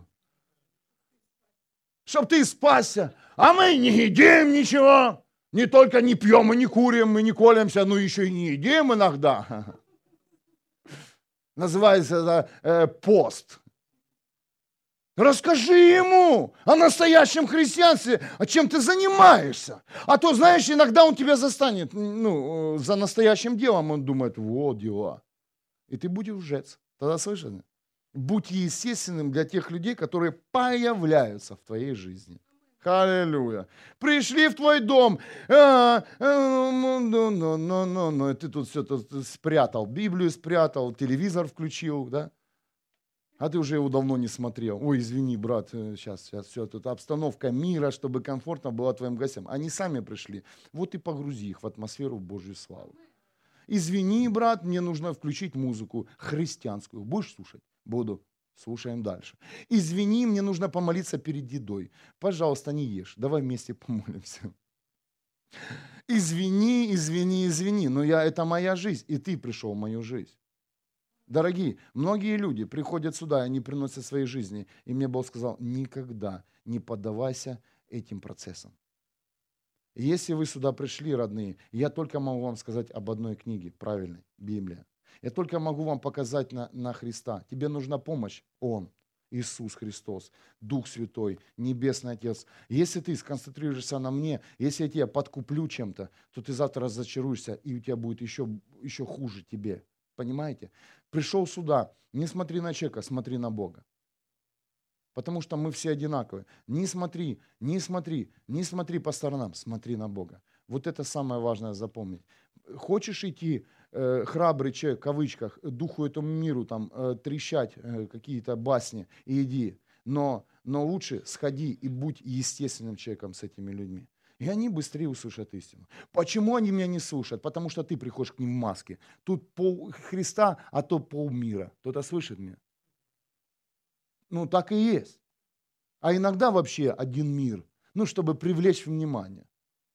чтоб ты спасся. А мы не едим ничего. Не только не пьем и не курим, мы не колемся, но еще и не едим иногда. Называется это э, пост. Расскажи ему о настоящем христианстве, о чем ты занимаешься. А то, знаешь, иногда он тебя застанет, ну, за настоящим делом, он думает, вот дела. И ты будешь лжец. Тогда слышно? Будь естественным для тех людей, которые появляются в твоей жизни. Аллилуйя. Пришли в твой дом, а, а, ну, ну, ну, ну, ну, ну, ты тут все тут спрятал, Библию спрятал, телевизор включил, да? А ты уже его давно не смотрел. Ой, извини, брат, сейчас, сейчас, все, тут обстановка мира, чтобы комфортно было твоим гостям. Они сами пришли. Вот и погрузи их в атмосферу Божью славы. Извини, брат, мне нужно включить музыку христианскую. Будешь слушать? Буду. Слушаем дальше. Извини, мне нужно помолиться перед едой. Пожалуйста, не ешь. Давай вместе помолимся. Извини, извини, извини, но я, это моя жизнь, и ты пришел в мою жизнь. Дорогие, многие люди приходят сюда, и они приносят свои жизни. И мне Бог сказал, никогда не поддавайся этим процессам. Если вы сюда пришли, родные, я только могу вам сказать об одной книге, правильной, Библия. Я только могу вам показать на, на Христа. Тебе нужна помощь. Он, Иисус Христос, Дух Святой, Небесный Отец. Если ты сконцентрируешься на мне, если я тебя подкуплю чем-то, то ты завтра разочаруешься, и у тебя будет еще, еще хуже тебе. Понимаете? Пришел сюда, не смотри на человека, смотри на Бога. Потому что мы все одинаковые. Не смотри, не смотри, не смотри по сторонам, смотри на Бога. Вот это самое важное запомнить. Хочешь идти, э, храбрый человек, в кавычках, духу этому миру, там, э, трещать э, какие-то басни, и иди. Но, но лучше сходи и будь естественным человеком с этими людьми. И они быстрее услышат истину. Почему они меня не слушают? Потому что ты приходишь к ним в маске. Тут пол Христа, а то пол мира. Кто-то слышит меня? Ну, так и есть. А иногда вообще один мир. Ну, чтобы привлечь внимание.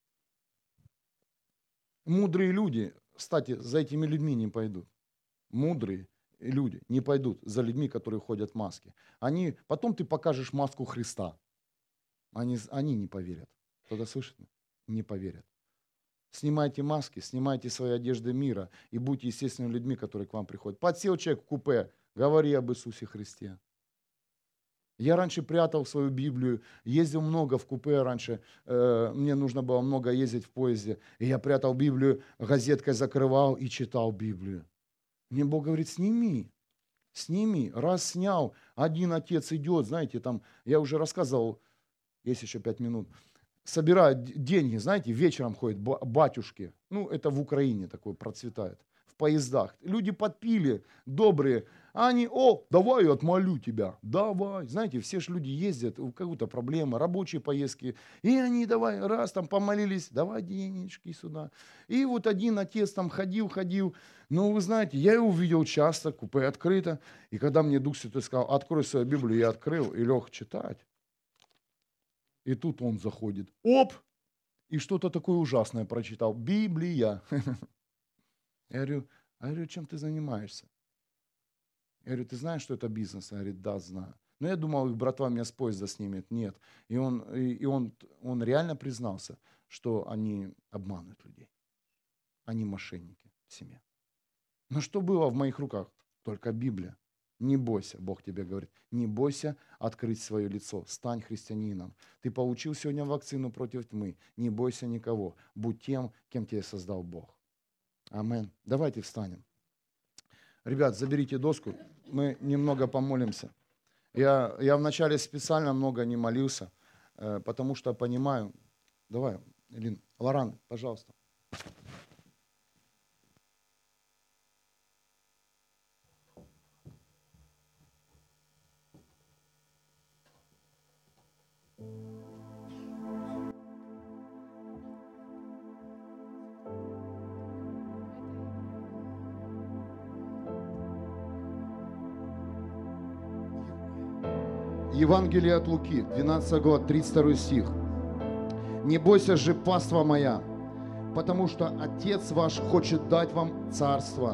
Мудрые люди, кстати, за этими людьми не пойдут. Мудрые люди не пойдут за людьми, которые ходят в маске. Они, потом ты покажешь маску Христа. Они, они не поверят. Кто-то слышит? Не поверят. Снимайте маски, снимайте свои одежды мира и будьте естественными людьми, которые к вам приходят. Подсел человек в купе, говори об Иисусе Христе. Я раньше прятал свою Библию, ездил много в купе раньше, э, мне нужно было много ездить в поезде, и я прятал Библию, газеткой закрывал и читал Библию. Мне Бог говорит, сними, сними. Раз снял, один отец идет, знаете, там, я уже рассказывал, есть еще пять минут, собирают деньги, знаете, вечером ходят батюшки, ну, это в Украине такое процветает. В поездах. Люди подпили, добрые. А они, о, давай я отмолю тебя. Давай. Знаете, все же люди ездят, у какой-то проблемы, рабочие поездки. И они давай, раз там помолились, давай денежки сюда. И вот один отец там ходил, ходил. Ну, вы знаете, я его увидел часто, купе открыто. И когда мне Дух Святой сказал, открой свою Библию, я открыл и лег читать. И тут он заходит. Оп! И что-то такое ужасное прочитал. Библия. Я говорю, я говорю, чем ты занимаешься? Я говорю, ты знаешь, что это бизнес? Он говорит, да, знаю. Но я думал, их братва меня с поезда снимет. Нет. И он, и, и он, он реально признался, что они обманывают людей. Они мошенники в семье. Но что было в моих руках? Только Библия. Не бойся, Бог тебе говорит, не бойся открыть свое лицо, стань христианином. Ты получил сегодня вакцину против тьмы, не бойся никого, будь тем, кем тебя создал Бог. Амин. Давайте встанем. Ребят, заберите доску, мы немного помолимся. Я, я вначале специально много не молился, потому что понимаю. Давай, Элин, Лоран, пожалуйста. Евангелие от Луки, двенадцатый глава, тридцать второй стих. «Не бойся же, паства моя, потому что Отец ваш хочет дать вам царство».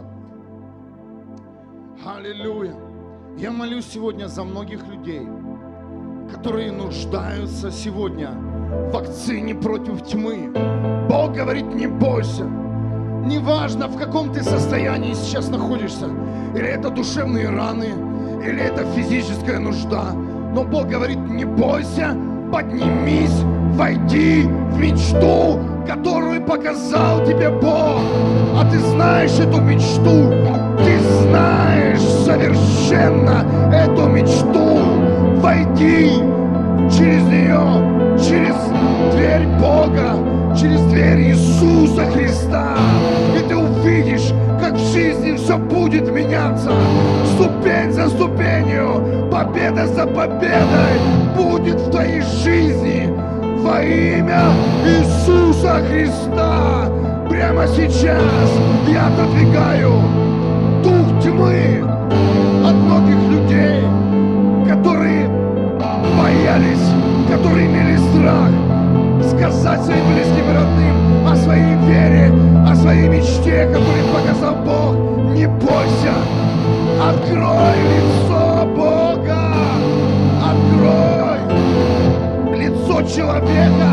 Аллилуйя! Я молюсь сегодня за многих людей, которые нуждаются сегодня в вакцине против тьмы. Бог говорит, не бойся. Неважно, в каком ты состоянии сейчас находишься, или это душевные раны, или это физическая нужда. Но Бог говорит, не бойся, поднимись, войди в мечту, которую показал тебе Бог. А ты знаешь эту мечту, ты знаешь совершенно эту мечту. Войди через нее, через дверь Бога, через дверь Иисуса Христа. И ты увидишь, как в жизни все будет меняться. Ступень за ступенью, победа за победой будет в твоей жизни. Во имя Иисуса Христа прямо сейчас я отодвигаю дух тьмы от многих людей, которые боялись, которые имели страх сказать своим близким и родным о своей вере, о своей мечте, которую показал Бог. Не бойся, открой лицо Бога, открой лицо человека,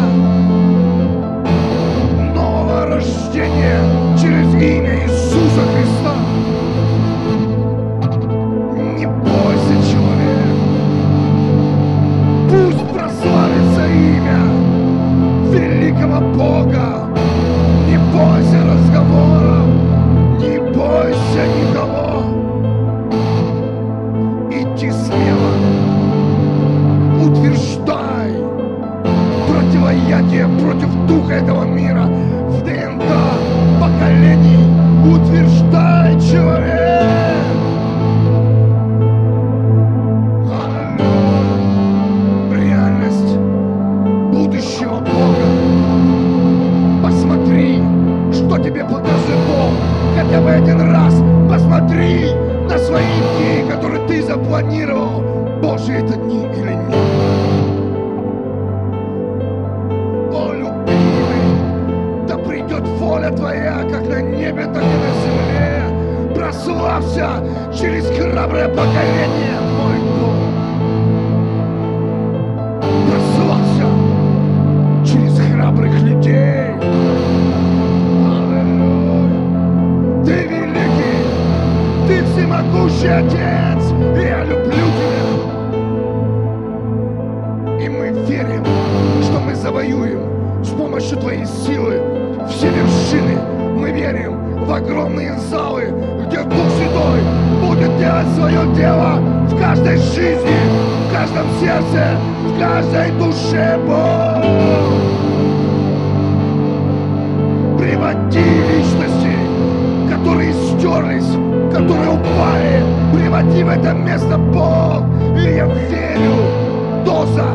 нового рождения через имя Иисуса Христа. Не бойся, человек, пусть прославится имя великого Бога. Не бойся разговоров, не бойся никого. Иди смело, утверждай противоядие против духа этого мира в ДНК поколений. Утверждай, человек. Реальность будущего Бога. Посмотри, что тебе показывает Бог. Хотя бы один раз посмотри на свои дни, которые ты запланировал. Божьи это дни или нет? О, любимый, да придет воля Твоя, как на небе, так и на земле. Прославься через храброе поколение, мой Бог. Прославься через храбрых людей. Аллилуйя. Ты великий, ты всемогущий Отец, и я люблю Тебя. И мы верим, что мы завоюем с помощью Твоей силы все вершины. Мы верим в огромные залы, где Дух Святой будет делать свое дело в каждой жизни, в каждом сердце, в каждой душе. Бог, приводи личности, которые стерлись, которые упали, приводи в это место, Бог. И я верю, доза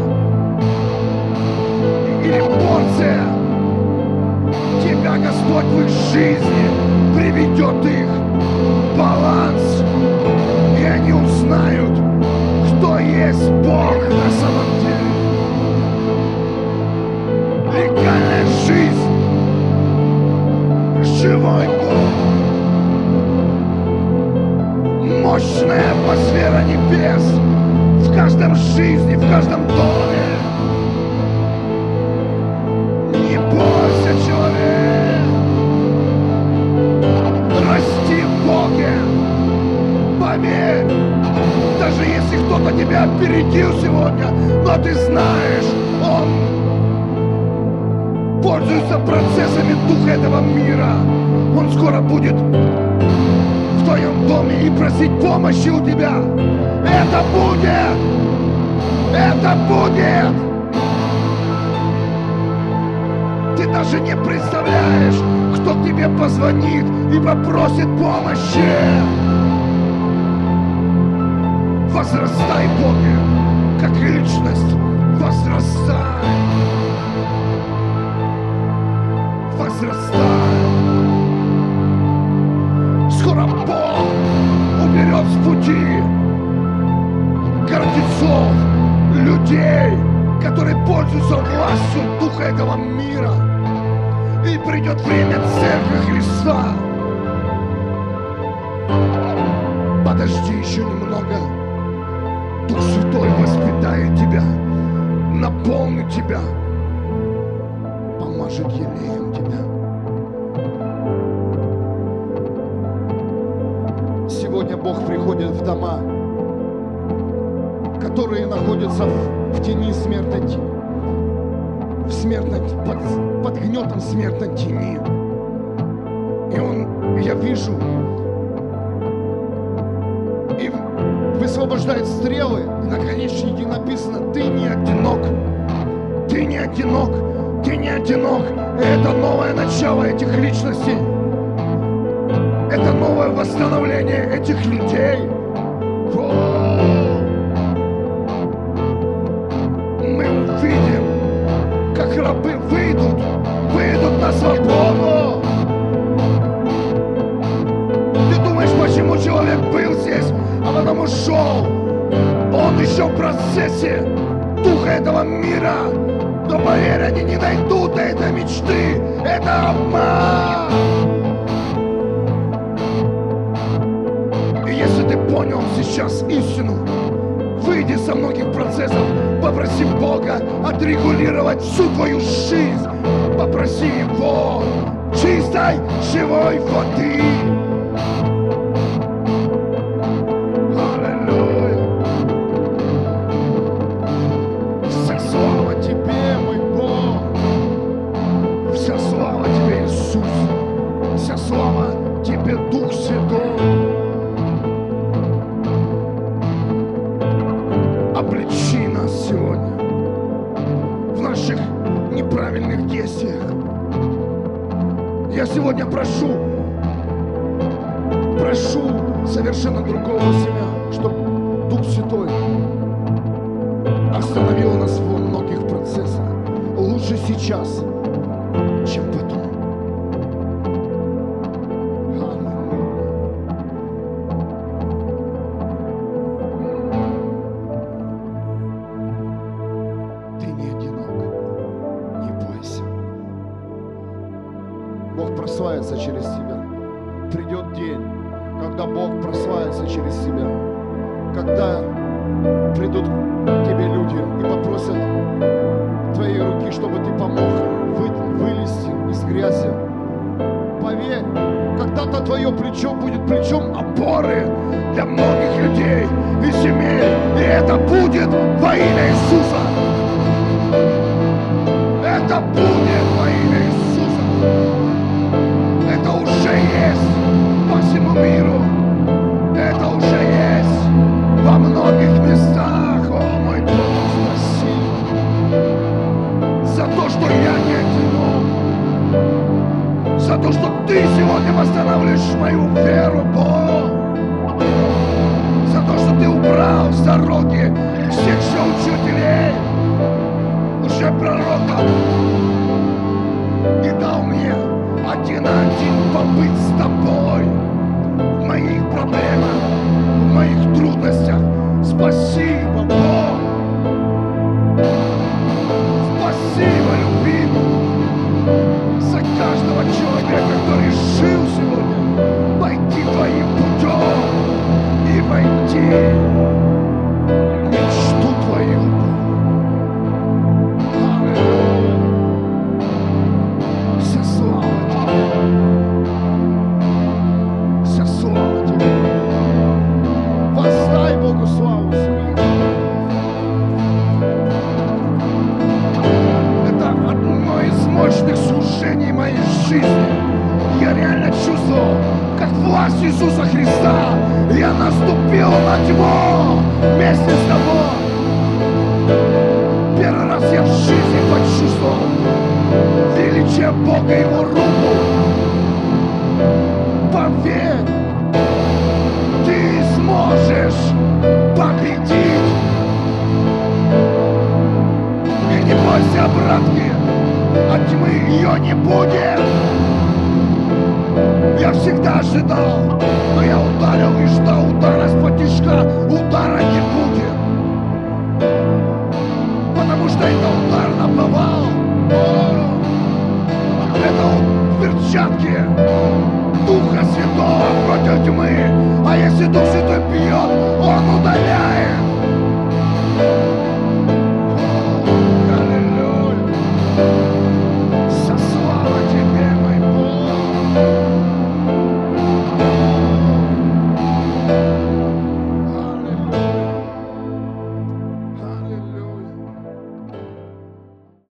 или порция Тебя, Господь, в их жизни приведет их в баланс, и они узнают, кто есть Бог на самом деле. Легальная жизнь, живой Бог, мощная атмосфера небес в каждом жизни, в каждом доме. Не бойся, человек. Расти в Боге. Поверь, даже если кто-то тебя опередил сегодня, но ты знаешь, он пользуется процессами духа этого мира. Он скоро будет в твоем доме и просить помощи у тебя. Это будет! Это будет! Ты даже не представляешь, кто к тебе позвонит и попросит помощи. Возрастай, Боге, как личность, возрастай. Возрастай. Скоро Бог уберет с пути гордецов, людей, которые пользуются властью духа этого мира. И придет время Церкви Христа. Подожди еще немного. Дух Святой воспитает тебя, наполнит тебя, помажет елеем тебя. Сегодня Бог приходит в дома, которые находятся в, в тени смертной тени, в смертной, под, под гнетом смертной тени. И Он, я вижу, и высвобождает стрелы, и на наконечнике написано: ты не одинок, ты не одинок, ты не одинок. Это новое начало этих личностей. Это новое восстановление этих людей. Мы увидим, как рабы выйдут, выйдут на свободу. Ты думаешь, почему человек был здесь, а потом ушел? Он еще в процессе духа этого мира. Но поверь, они не дойдут до этой мечты. Это обман. Если ты понял сейчас истину, выйди со многих процессов, попроси Бога отрегулировать всю твою жизнь. Попроси Его чистой, живой воды. Аллилуйя. Вся слава Тебе, мой Бог. Вся слава Тебе, Иисус. Вся слава Тебе, Дух Святой. Обличи нас сегодня в наших неправильных действиях. Я сегодня прошу, прошу совершенно другого себя, чтобы Дух Святой остановил нас во многих процессах. Лучше сейчас, чем потом. Через тебя. Придет день, когда Бог прославится через тебя, когда придут к тебе люди и попросят твоей руки, чтобы ты помог вы, вылезти из грязи. Поверь, когда-то твое плечо будет плечом опоры для многих людей и семей, и это будет во имя Иисуса. Это будет во имя Иисуса. Это уже есть по всему миру. Это уже есть во многих местах. О, мой Бог, спасибо за то, что я не одинок. За то, что Ты сегодня восстанавливаешь мою веру, Бог. За то, что Ты убрал с дороги всех же учителей, уже пророков, и дал мне один на один побыть с Тобой в моих проблемах, в моих трудностях. Спасибо, Бог. Спасибо, любимый, за каждого человека, кто решил сегодня пойти Твоим путем и войти в мечту я наступил на тьму вместе с тобой. Первый раз я в жизни почувствовал величие Бога и Его руку. Поверь, ты сможешь победить. И не бойся обратки, от тьмы ее не будет. Я всегда ожидал, но я ударил и ждал удара с потишка. Удара не будет, потому что это удар на повал. Это вот перчатки Духа Святого против тьмы. А если Дух Святой бьет, Он удаляет.